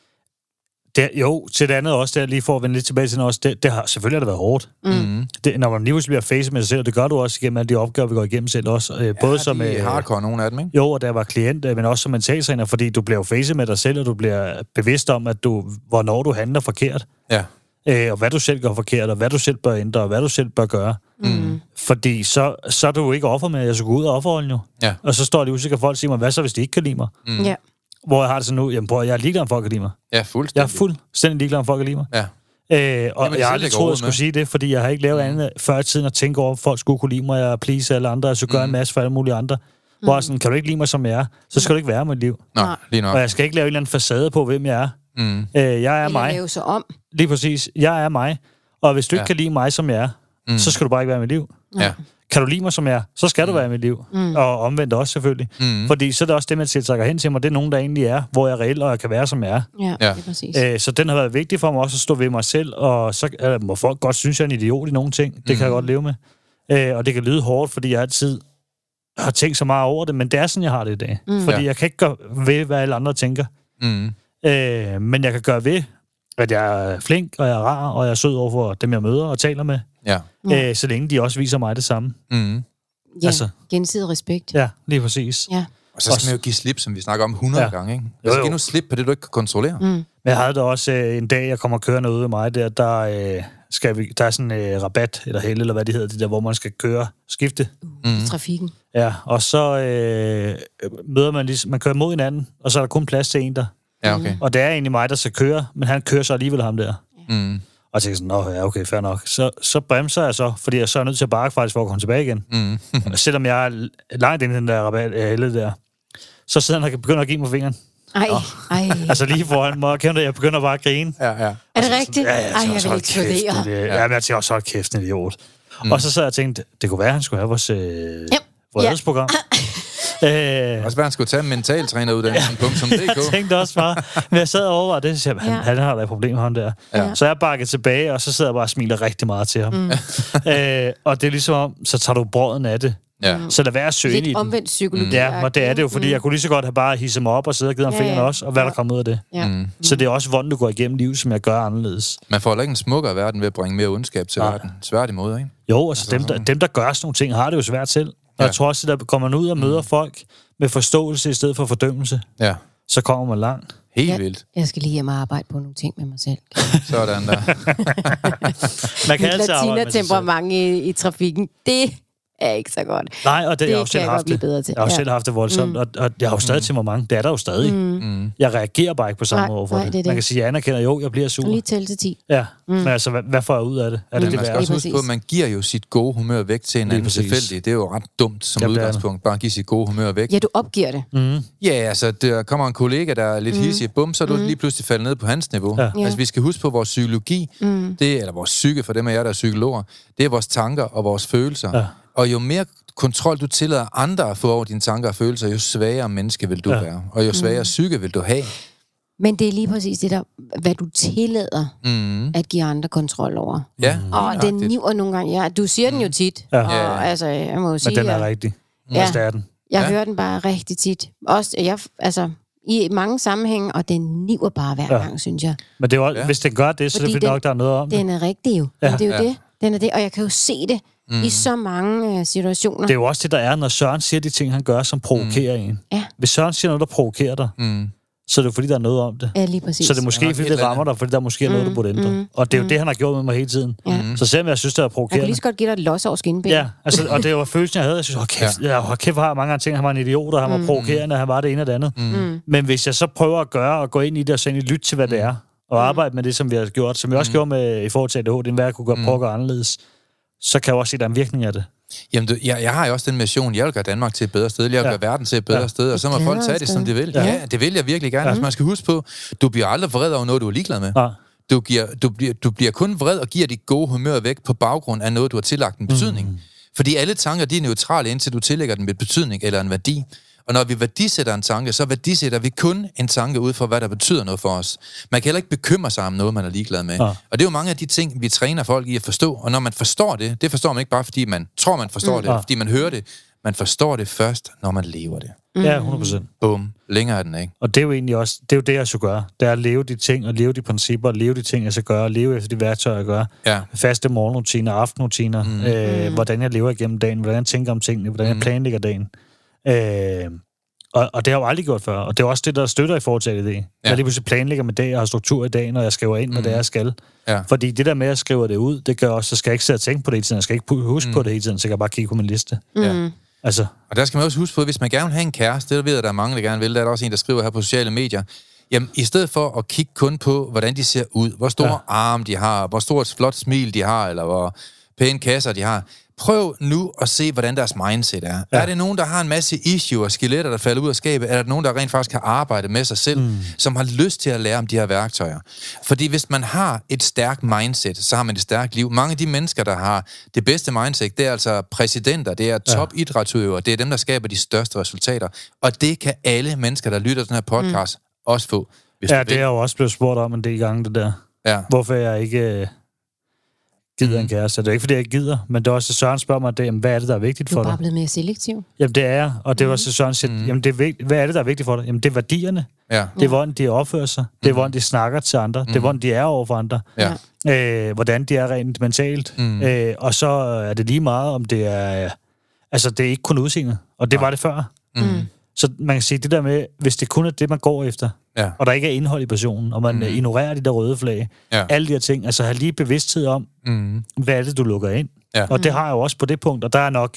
Speaker 2: Det, jo, til det andet også, der lige for at vende lidt tilbage til noget også, det, det har selvfølgelig har det været hårdt. Mm. Det, når man lige pludselig bliver facet med sig selv, og det gør du også igennem alle de opgaver, vi går igennem selv også. Øh, både
Speaker 1: ja,
Speaker 2: som
Speaker 1: de er hardcore, nogle af dem, ikke?
Speaker 2: Jo, og der var klient, men også som mentaltræner, fordi du bliver jo facet med dig selv, og du bliver bevidst om, at du, hvornår du handler forkert. Ja. Øh, og hvad du selv gør forkert, og hvad du selv bør ændre, og hvad du selv bør gøre. Mm. Fordi så, så er du ikke offer med, at jeg skal gå ud og offerholde jo. Ja. Og så står de usikre folk og siger mig, hvad så, hvis de ikke kan lide mig? Mm. Ja. Hvor jeg har det sådan nu, jamen prøv, jeg er ligeglad om folk kan lide mig.
Speaker 1: Ja, fuldstændig.
Speaker 2: Jeg er fuldstændig ligeglad om folk kan lide mig. Ja. Øh, og jamen, jeg har aldrig troet, at jeg skulle sige det, fordi jeg har ikke lavet andet før i tiden at tænke over, at folk skulle kunne lide mig, jeg please alle andre, jeg skulle mm. gøre en masse for alle mulige andre. Mm. Hvor sådan, kan du ikke lide mig, som jeg er, så skal du ikke være i mit liv.
Speaker 1: Nå, lige nok.
Speaker 2: Og jeg skal ikke lave en eller anden facade på, hvem jeg er. Mm. Øh, jeg er mig.
Speaker 3: Lave så om.
Speaker 2: Lige præcis. Jeg er mig. Og hvis du ikke ja. kan lide mig, som jeg er, mm. så skal du bare ikke være i mit liv. Ja. Kan du lide mig, som jeg er, så skal mm. du være i mit liv. Mm. Og omvendt også, selvfølgelig. Mm. Fordi så er det også det, man tiltrækker hen til mig. Det er nogen, der egentlig er, hvor jeg er reelt, og jeg kan være, som jeg er.
Speaker 3: Ja, ja. Det er præcis.
Speaker 2: Æ, så den har været vigtig for mig også at stå ved mig selv. Og så øh, må folk godt synes, jeg er en idiot i nogle ting. Det mm. kan jeg godt leve med. Æ, og det kan lyde hårdt, fordi jeg altid har tænkt så meget over det, men det er sådan, jeg har det i dag. Mm. Fordi ja. jeg kan ikke gøre ved, hvad alle andre tænker. Mm. Øh, men jeg kan gøre ved, at jeg er flink, og jeg er rar, og jeg er sød over for dem, jeg møder og taler med. Ja. Øh, så længe de også viser mig det samme. Mm.
Speaker 3: Ja, altså, gensidig respekt.
Speaker 2: Ja, lige præcis.
Speaker 3: Ja.
Speaker 1: Og så skal man jo give slip, som vi snakker om hundrede ja. gange, ikke? Altså, giv nu slip på det, du ikke kan kontrollere. Mm.
Speaker 2: Men jeg havde da også øh, en dag, jeg kommer kørende ude med mig, der, der, øh, skal vi, der er sådan en øh, rabat, eller helle, eller hvad det hedder, det der, hvor man skal køre, skifte.
Speaker 3: Mm. I trafikken.
Speaker 2: Ja, og så øh, møder man ligesom, man kører mod hinanden, og så er der kun plads til en der.
Speaker 1: Ja, okay.
Speaker 2: Og det er egentlig mig, der skal køre, men han kører så alligevel ham der. Mm. Og jeg tænker sådan, nå ja, okay, fair nok. Så, så bremser jeg så, fordi jeg så er nødt til at bakke faktisk, for at komme tilbage igen. Mm. Selvom jeg er langt ind i den der rabat, helle der, så sidder han og begynder at give mig fingeren.
Speaker 3: Ej, ej.
Speaker 2: Altså lige foran mig, og jeg begynder bare at grine.
Speaker 1: Ja, ja.
Speaker 3: Er det rigtigt?
Speaker 2: Ja, ja,
Speaker 3: ej, jeg vil eksplodere.
Speaker 2: Ja, men jeg tænker også, hold kæft, en idiot. Mm. Og så sad jeg og tænkte, det kunne være, at han skulle have vores øh, vredesprogram.
Speaker 1: Øh, også bare, han skulle tage mentaltræneruddannelsen punktum d k.
Speaker 2: Jeg tænkte også bare, men jeg sad over det, så jeg, han, ja. han har da et problem med ham der. Ja. Så jeg bakkede tilbage, og så sidder jeg bare og smiler rigtig meget til ham. Mm. øh, og det er ligesom om, så tager du brøden af det. Ja. Så lad være at søge ind i den.
Speaker 3: Lidt omvendt psykologi.
Speaker 2: Ja, og det er det jo, fordi mm. jeg kunne lige så godt have bare hisset mig op og sidde og givet ham ja, fingrene også, og hvad ja. der kommer ud af det. Ja. Mm. Så det er også, hvordan du går igennem livet, som jeg gør anderledes.
Speaker 1: Man får ikke en smukkere verden ved at bringe mere ondskab til ja. verden. Svært imod, ikke?
Speaker 2: Jo, altså, altså dem, der, dem, der gør sådan nogle ting, har det jo svært selv. Og ja. jeg tror også, at der kommer man ud og møder mm. folk med forståelse i stedet for fordømmelse, ja. så kommer man langt.
Speaker 1: Helt
Speaker 3: jeg,
Speaker 1: vildt.
Speaker 3: Jeg skal lige hjem og arbejde på nogle ting med mig selv.
Speaker 1: Sådan der.
Speaker 2: Man kan altid arbejde med sig selv.
Speaker 3: Latina-temperament i, i trafikken, det er ikke så godt.
Speaker 2: Nej, og det, det jeg har jo selv haft det.
Speaker 3: Bedre til.
Speaker 2: Jeg har jo
Speaker 3: ja.
Speaker 2: selv haft det voldsomt, mm. og, og jeg har jo stadig mm. temperament. Det er der jo stadig. Mm. Jeg reagerer bare ikke på samme måde for det. det. Man kan sige, jeg anerkender, jo, jeg bliver sur.
Speaker 3: Lige tælle til ti.
Speaker 2: Ja, mm. men altså, hvad, hvad får jeg ud af det? Er det,
Speaker 1: mm.
Speaker 2: det
Speaker 1: man skal også huske på, at man giver jo sit gode humør væk til en anden tilfældig. Det er jo ret dumt som Jamen, udgangspunkt, bare at give sit gode humør væk.
Speaker 3: Ja, du opgiver det.
Speaker 1: Mm. Ja, altså, der kommer en kollega, der er lidt mm. hissig, bum, så er du mm. lige pludselig faldet ned på hans niveau. Ja. Altså, vi skal huske på, vores psykologi, mm. det, eller vores psyke, for dem af jer, der er psykologer, det er vores tanker og vores følelser. Ja. Og jo mere kontrol du tillader andre at få over dine tanker og følelser, jo svagere menneske vil du ja. være, og jo svagere mm. psyke vil du have.
Speaker 3: Men det er lige præcis det der, hvad du tillader mm. at give andre kontrol over.
Speaker 1: Ja.
Speaker 3: Og den niver nogle gange, ja, du siger mm. den jo tit, ja. og ja. altså, jeg må jo sige...
Speaker 2: Men den er rigtig.
Speaker 3: Ja,
Speaker 2: er den.
Speaker 3: jeg ja. hører den bare rigtig tit. Også, jeg, altså, i mange sammenhænge, og den niver bare hver ja. gang, synes jeg.
Speaker 2: Men det er også, ja. hvis den gør det, så fordi er det nok, der er noget om
Speaker 3: det. Den er rigtig jo. Ja. Men det er jo ja. det. Den er det, og jeg kan jo se det mm. i så mange uh, situationer.
Speaker 2: Det er jo også det, der er, når Søren siger de ting, han gør, som provokerer mm. en. Ja. Hvis Søren siger noget, der provokerer dig, mm. så er det fordi, der er noget om det.
Speaker 3: Ja, lige præcis.
Speaker 2: Så det er måske, fordi det rammer dig, fordi der måske er noget, du burde ændre. Mm. Og det er jo mm. det, han har gjort med mig hele tiden. Mm. Så selvom jeg synes, det er provokerende...
Speaker 3: Jeg kan lige så godt give dig et los over skinben.
Speaker 2: Ja, altså, og det var følelsen, jeg havde. Jeg synes, åh kæft, ja. jeg, kæft, har mange ting. Han var en idiot, og han var mm. provokerende, han var det ene og det andet. Mm. Men hvis jeg så prøver at gøre, og gå ind i det, og så egentlig lytte til, hvad det er, og arbejde med det, som vi har gjort, som vi også mm. gjorde med i forhold til A D H D, det er, hvad jeg kunne gøre, prøve at gøre anderledes, så kan jeg også se, at der er en virkning af det.
Speaker 1: Jamen, du, jeg, jeg har jo også den mission, jeg vil gøre Danmark til et bedre sted, jeg vil ja. gøre verden til et bedre ja. sted, og så må folk tage det, som de vil. Ja, ja det vil jeg virkelig gerne. Ja. Altså, man skal huske på, du bliver aldrig vred over noget, du er ligeglad med. Ja. Du, giver, du, bliver, du bliver kun vred og giver dit gode humør væk på baggrund af noget, du har tillagt en betydning. Mm. Fordi alle tanker, de er neutrale, indtil du tillægger den en betydning eller en værdi. Og når vi værdisætter en tanke, så værdisætter vi kun en tanke ud fra, hvad der betyder noget for os. Man kan heller ikke bekymre sig om noget, man er ligeglad med. Ja. Og det er jo mange af de ting, vi træner folk i at forstå. Og når man forstår det, det forstår man ikke bare, fordi man tror, man forstår mm. det, ja. fordi man hører det. Man forstår det først, når man lever det.
Speaker 2: Mm. Ja, hundrede procent.
Speaker 1: Bum. Længere er den, ikke?
Speaker 2: Og det er jo egentlig også, det er jo det, jeg skal gøre. Det er at leve de ting, og leve de principper, og leve de ting, jeg skal gøre, og leve efter de værktøjer, jeg gør. Ja. Faste morgenrutiner, aftenrutiner, mm. Øh, mm. hvordan jeg lever igennem dagen, hvordan jeg tænker om tingene, hvordan mm. jeg planlægger dagen. Øh, Og, og det har jeg jo aldrig gjort før. Og det er også det, der støtter i forhold til det. Ja. Jeg lige pludselig planlægger med dag og har struktur i dagen, og jeg skriver ind, hvad mm. det er, jeg skal. Ja. Fordi det der med, at jeg skriver det ud, det gør også, så skal jeg ikke sidde og tænke på det hele tiden. Jeg skal ikke huske mm. på det hele tiden, så jeg kan bare kigge på min liste.
Speaker 1: Mm. Altså. Og der skal man også huske på, hvis man gerne vil have en kæreste, det ved jeg, der er mange, der gerne vil. Der er der også en, der skriver her på sociale medier. Jamen, i stedet for at kigge kun på, hvordan de ser ud, hvor store ja. arme de har, hvor stort flot smil de har, eller hvor pæne kasser de har. Prøv nu at se, hvordan deres mindset er. Ja. Er det nogen, der har en masse issue og skeletter, der falder ud af skabet? Er der nogen, der rent faktisk kan arbejde med sig selv, mm. som har lyst til at lære om de her værktøjer? Fordi hvis man har et stærkt mindset, så har man et stærkt liv. Mange af de mennesker, der har det bedste mindset, det er altså præsidenter, det er top-idrætsudøvere, det er dem, der skaber de største resultater. Og det kan alle mennesker, der lytter til den her podcast, mm. også få.
Speaker 2: Ja, det er jo også blevet spurgt om en del gange, det der. Ja. Hvorfor jeg ikke... gider en kæreste. Det er ikke, fordi jeg ikke gider, men det er også, Søren spørger mig, det, jamen, hvad er det, der er vigtigt for dig?
Speaker 3: Du er bare blevet mere selektiv.
Speaker 2: Jamen, det er jeg, og det er også, Søren siger,
Speaker 1: Mm.
Speaker 2: jamen, det er vigtigt. Hvad er det, der er vigtigt for dig? Jamen, det er værdierne.
Speaker 1: Ja.
Speaker 2: Det er, hvordan de opfører sig. Det er, hvordan de snakker til andre. Det er, hvordan de er over for andre.
Speaker 1: Ja.
Speaker 2: Øh, hvordan de er rent mentalt.
Speaker 1: Mm.
Speaker 2: Øh, og så er det lige meget, om det er... Altså, det er ikke kun udseende. Og det
Speaker 1: Nej.
Speaker 2: var det før.
Speaker 1: Mm.
Speaker 2: Så man kan sige, det der med, hvis det kun er det, man går efter,
Speaker 1: Ja.
Speaker 2: og der ikke er indhold i personen, og man mm. ignorerer de der røde flag,
Speaker 1: Ja.
Speaker 2: alle de her ting, altså have lige bevidsthed om,
Speaker 1: Mm.
Speaker 2: hvad er det, du lukker ind.
Speaker 1: Ja.
Speaker 2: Og det har jeg jo også på det punkt, og der er nok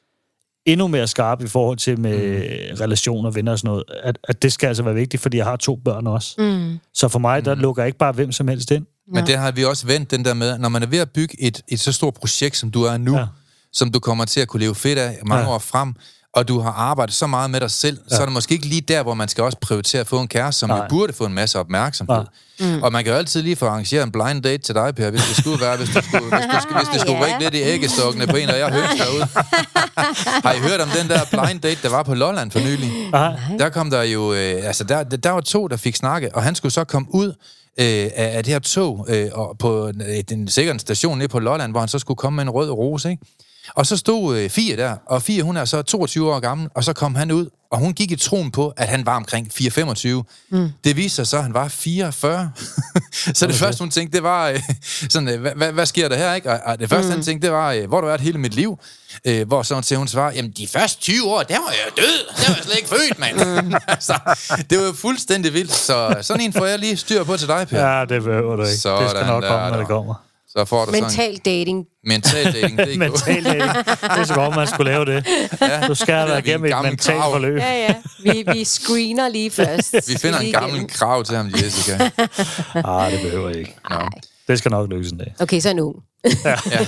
Speaker 2: endnu mere skarp i forhold til med mm. relationer, venner og sådan noget, at, at det skal altså være vigtigt, fordi jeg har to børn også.
Speaker 3: Mm.
Speaker 2: Så for mig, der mm. lukker jeg ikke bare hvem som helst ind.
Speaker 1: Men det har vi også vendt, den der med, når man er ved at bygge et, et så stort projekt, som du er nu, ja. som du kommer til at kunne leve fedt af mange ja. år frem, og du har arbejdet så meget med dig selv, ja. så er det måske ikke lige der, hvor man skal også prioritere at få en kæreste, som jo burde få en masse opmærksomhed. Mm. Og man kan jo altid lige få arrangeret en blind date til dig, Per, hvis det skulle være, hvis du skulle, hvis du skulle, hvis det skulle yeah. vække lidt i æggestokkene på en, og jeg hørte derude. Har I hørt om den der blind date, der var på Lolland for nylig?
Speaker 2: Aha.
Speaker 1: Der kom der jo, øh, altså der, der var to, der fik snakke, og han skulle så komme ud øh, af, af det her tog øh, og på øh, den sikre station nede på Lolland, hvor han så skulle komme med en rød rose, ikke? Og så stod øh, Fie der, og Fie, hun er så toogtyve år gammel, og så kom han ud, og hun gik i troen på, at han var omkring fire femogtyve. Mm. Det viste sig så, at han var fireogfyrre. Så det okay. første, hun tænkte, det var øh, sådan, øh, hvad, hvad sker der her, ikke? Og, og det første, mm. han tænkte, det var, øh, hvor har du været hele mit liv? Øh, hvor så til hun svarer, jamen de første tyve år, der var jeg død. Der var jeg slet ikke født, mand. Mm. altså, det var jo fuldstændig vildt. Så sådan en får jeg lige styr på til dig, Per.
Speaker 2: Ja, det behøver du ikke. Sådan det skal nok komme, når det kommer.
Speaker 1: Så får du
Speaker 3: mental
Speaker 1: sådan
Speaker 3: dating.
Speaker 1: Mental dating, det er
Speaker 2: mental dating. Det er så godt, man skulle lave det. Ja, du skal være igennem et mentalt forløb.
Speaker 3: Ja, ja. Vi, vi screener lige først.
Speaker 1: Vi finder en gammel igennem. krav til ham, Jessica.
Speaker 2: Ah, det behøver jeg ikke. No. Det skal nok lykkes en dag.
Speaker 3: Okay, så nu.
Speaker 1: Ja. ja.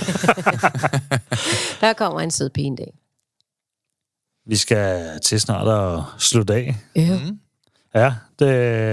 Speaker 3: Der kommer en sød pige en dag.
Speaker 2: Vi skal til snart at slutte af.
Speaker 3: Ja. Mm.
Speaker 2: Ja, det,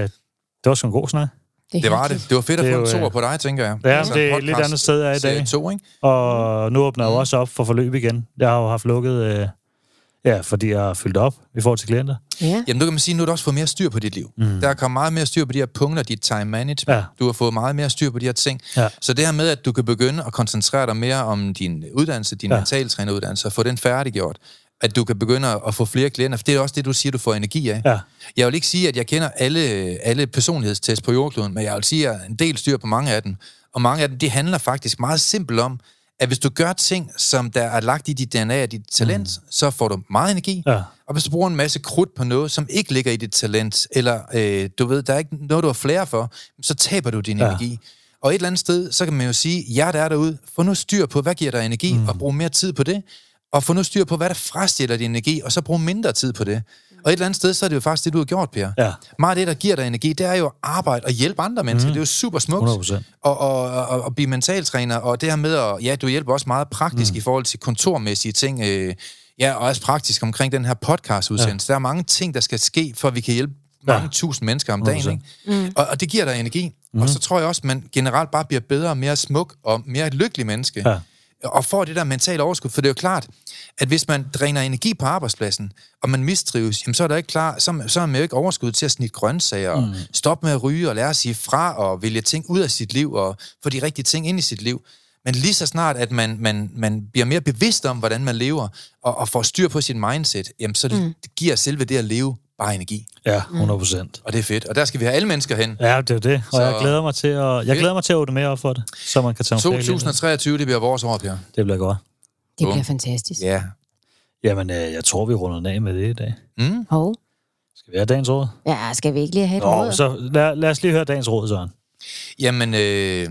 Speaker 2: det var sgu en god snak.
Speaker 1: Det, det var det. Det var fedt at det få en toer på dig, tænker jeg.
Speaker 2: Ja, altså, det er et lidt andet sted af i dag.
Speaker 1: To, ikke?
Speaker 2: Og nu åbner jeg mm. også op for forløb igen. Jeg har jo haft lukket, øh, ja, fordi jeg har fyldt op i forhold til klienter.
Speaker 3: Ja.
Speaker 1: Jamen, nu kan man sige, nu har du også fået mere styr på dit liv. Mm. Der er kommet meget mere styr på de her punkter, dit time management. Ja. Du har fået meget mere styr på de her ting. Ja. Så det her med, at du kan begynde at koncentrere dig mere om din uddannelse, din ja. mentaltræneruddannelse, og få den færdiggjort, at du kan begynde at få flere klienter, for det er også det, du siger, du får energi af. Ja. Jeg vil ikke sige, at jeg kender alle, alle personlighedstests på jordkloden, men jeg vil sige, at jeg er en del styr på mange af dem. Og mange af dem, de handler faktisk meget simpelt om, at hvis du gør ting, som der er lagt i dit D N A og dit talent, mm. så får du meget energi. Ja. Og hvis du bruger en masse krudt på noget, som ikke ligger i dit talent, eller øh, du ved, der er ikke noget, du har flere for, så taber du din ja. energi. Og et eller andet sted, så kan man jo sige, ja, der er derude, få nu styr på, hvad giver dig energi, mm. og brug mere tid på det. Og få nu styr på, hvad der frastjæler din energi, og så bruge mindre tid på det. Og et eller andet sted, så er det jo faktisk det, du har gjort, Per. Ja. Meget af det, der giver dig energi, det er jo at arbejde og hjælpe andre mennesker. Mm. Det er jo super smukt. hundrede procent. Og, og, og, og blive mentaltræner, og det her med at, ja, du hjælper også meget praktisk mm. i forhold til kontormæssige ting, øh, ja, og også praktisk omkring den her podcast-udsendelse. Ja. Der er mange ting, der skal ske, for at vi kan hjælpe mange ja. tusind mennesker om dagen, ikke? Mm. Og, og det giver dig energi. Mm. Og så tror jeg også, at man generelt bare bliver bedre, mere smuk og mere lykkelig menneske. Ja. Og får det der mentale overskud, for det er jo klart, at hvis man dræner energi på arbejdspladsen, og man mistrives, jamen så er der ikke klar, så, så er man jo ikke overskud til at snitte grøntsager, og mm. stoppe med at ryge, og lære at sige fra, og vælge ting ud af sit liv, og få de rigtige ting ind i sit liv. Men lige så snart, at man, man, man bliver mere bevidst om, hvordan man lever, og, og får styr på sit mindset, jamen så det, mm. det giver selve det at leve bare energi.
Speaker 2: Ja, hundrede procent.
Speaker 1: Og det er fedt. Og der skal vi have alle mennesker hen.
Speaker 2: Ja, det er det. Og så jeg glæder mig til at, jeg glæder mig til at åbne mere op for det, så man kan tage
Speaker 1: to tusind treogtyve, det bliver vores år, Per.
Speaker 2: Det bliver godt.
Speaker 3: Det bliver fantastisk.
Speaker 1: Ja.
Speaker 2: Jamen, øh, jeg tror, vi runder af med det i dag.
Speaker 3: Mm. Hov.
Speaker 2: Skal vi have dagens råd?
Speaker 3: Ja, skal vi ikke lige have et
Speaker 2: Nå,
Speaker 3: råd?
Speaker 2: så lad, lad os lige høre dagens råd, Søren.
Speaker 1: Jamen, øh,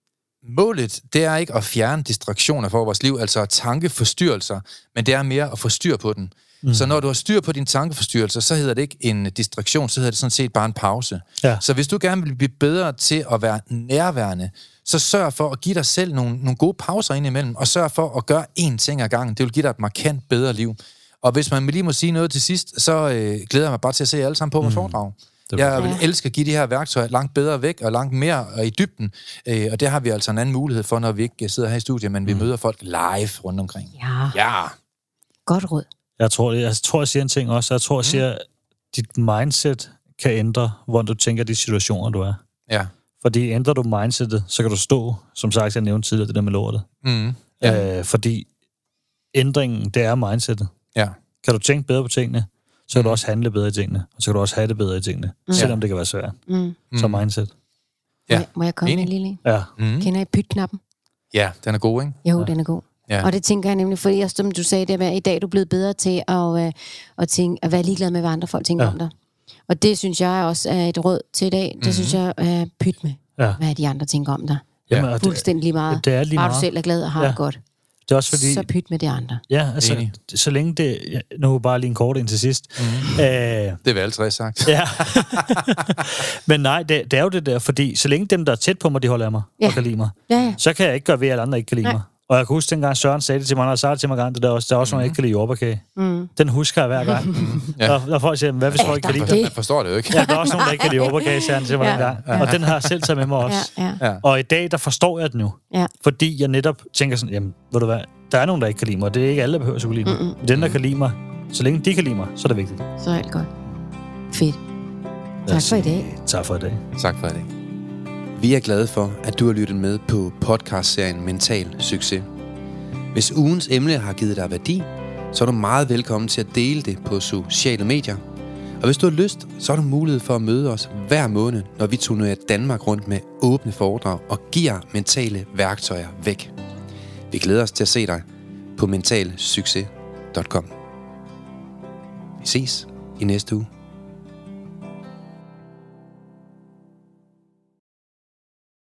Speaker 1: målet, det er ikke at fjerne distraktioner fra vores liv, altså tankeforstyrrelser, men det er mere at få styr på den. Mm. Så når du har styr på dine tankeforstyrrelser, så hedder det ikke en distraktion, så hedder det sådan set bare en pause. Ja. Så hvis du gerne vil blive bedre til at være nærværende, så sørg for at give dig selv nogle, nogle gode pauser indimellem, og sørg for at gøre én ting ad gangen. Det vil give dig et markant bedre liv. Og hvis man lige må sige noget til sidst, så øh, glæder jeg mig bare til at se jer alle sammen på vores mm. foredrag. Jeg vil elske at give de her værktøjer langt bedre væk, og langt mere og i dybden. Øh, og det har vi altså en anden mulighed for, når vi ikke sidder her i studiet, men vi mm. møder folk live rundt omkring.
Speaker 3: Ja.
Speaker 1: Ja.
Speaker 3: Godt råd.
Speaker 2: Jeg tror, jeg, jeg tror, jeg siger en ting også. Jeg tror, jeg siger, at dit mindset kan ændre, hvordan du tænker de situationer, du er.
Speaker 1: Ja.
Speaker 2: Fordi ændrer du mindsetet, så kan du stå, som sagt, jeg nævnte tidligere, det der med lortet.
Speaker 1: Mm. Ja.
Speaker 2: Øh, fordi ændringen, det er mindsetet.
Speaker 1: Ja.
Speaker 2: Kan du tænke bedre på tingene, så kan mm. du også handle bedre i tingene, og så kan du også have det bedre i tingene, mm. selvom det kan være svært. Mm. Så mindset.
Speaker 3: Ja. Må, jeg, må jeg komme med, Lille?
Speaker 2: Ja.
Speaker 3: Mm. Kender I pytknappen?
Speaker 1: Ja, den er god, ikke?
Speaker 3: Jo,
Speaker 2: ja.
Speaker 3: den er god.
Speaker 1: Ja.
Speaker 3: Og det tænker jeg nemlig, fordi jeg, som du sagde, det med, at i dag er du blevet bedre til at, øh, at, tænke, at være ligeglad med, hvad andre folk tænker ja. om dig. Og det synes jeg også er et råd til i dag. Det mm-hmm. synes jeg er pyt med, ja. hvad de andre tænker om dig.
Speaker 2: Jamen,
Speaker 3: ja. Fuldstændig lige meget.
Speaker 2: Det er lige
Speaker 3: bare
Speaker 2: meget.
Speaker 3: du selv er glad og har ja. det godt.
Speaker 2: Det er også fordi,
Speaker 3: så pyt med de andre.
Speaker 2: Ja, altså, Enig. så længe det... Ja, nu bare lige en kort ind til sidst. Mm. Æh,
Speaker 1: det er vel altid sagt.
Speaker 2: Ja. Men nej, det, det er jo det der, fordi så længe dem, der er tæt på mig, de holder af mig ja. og kan lide mig, ja, ja. så kan jeg ikke gøre ved, at alle andre ikke kan lide nej. mig. Og jeg kan huske, dengang Søren sagde det til mig, og sagde det til mig gang, det der også, der er også mm. nogen, jeg ikke kan lide jordbærkage. Mm. Den husker jeg hver gang. Mm. Ja. Der, der folk siger, hvad hvis folk ikke kan lide det?
Speaker 1: Jeg forstår det jo ikke.
Speaker 2: Ja, der er også nogen, der ikke kan lide jordbærkage, sagde han til mig ja. dengang. Ja. Og den har jeg selv taget med mig også. Ja. Ja. Og i dag, der forstår jeg den jo. Ja. Fordi jeg netop tænker sådan, jamen, ved du hvad, der er nogen, der ikke kan lide mig, og det er ikke alle, der behøver at kunne lide mig. Mm-mm. Den, der kan lide mig, så længe de kan lide mig, så er det vigtigt.
Speaker 3: Så er alt godt. Fedt. Tak for i dag.
Speaker 2: Tak for i dag.
Speaker 1: Tak for i dag. Vi er glade for, at du har lyttet med på podcastserien Mental Succes. Hvis ugens emne har givet dig værdi, så er du meget velkommen til at dele det på sociale medier. Og hvis du har lyst, så har du mulighed for at møde os hver måned, når vi turnerer Danmark rundt med åbne foredrag og giver mentale værktøjer væk. Vi glæder os til at se dig på mental succes punktum com. Vi ses i næste uge.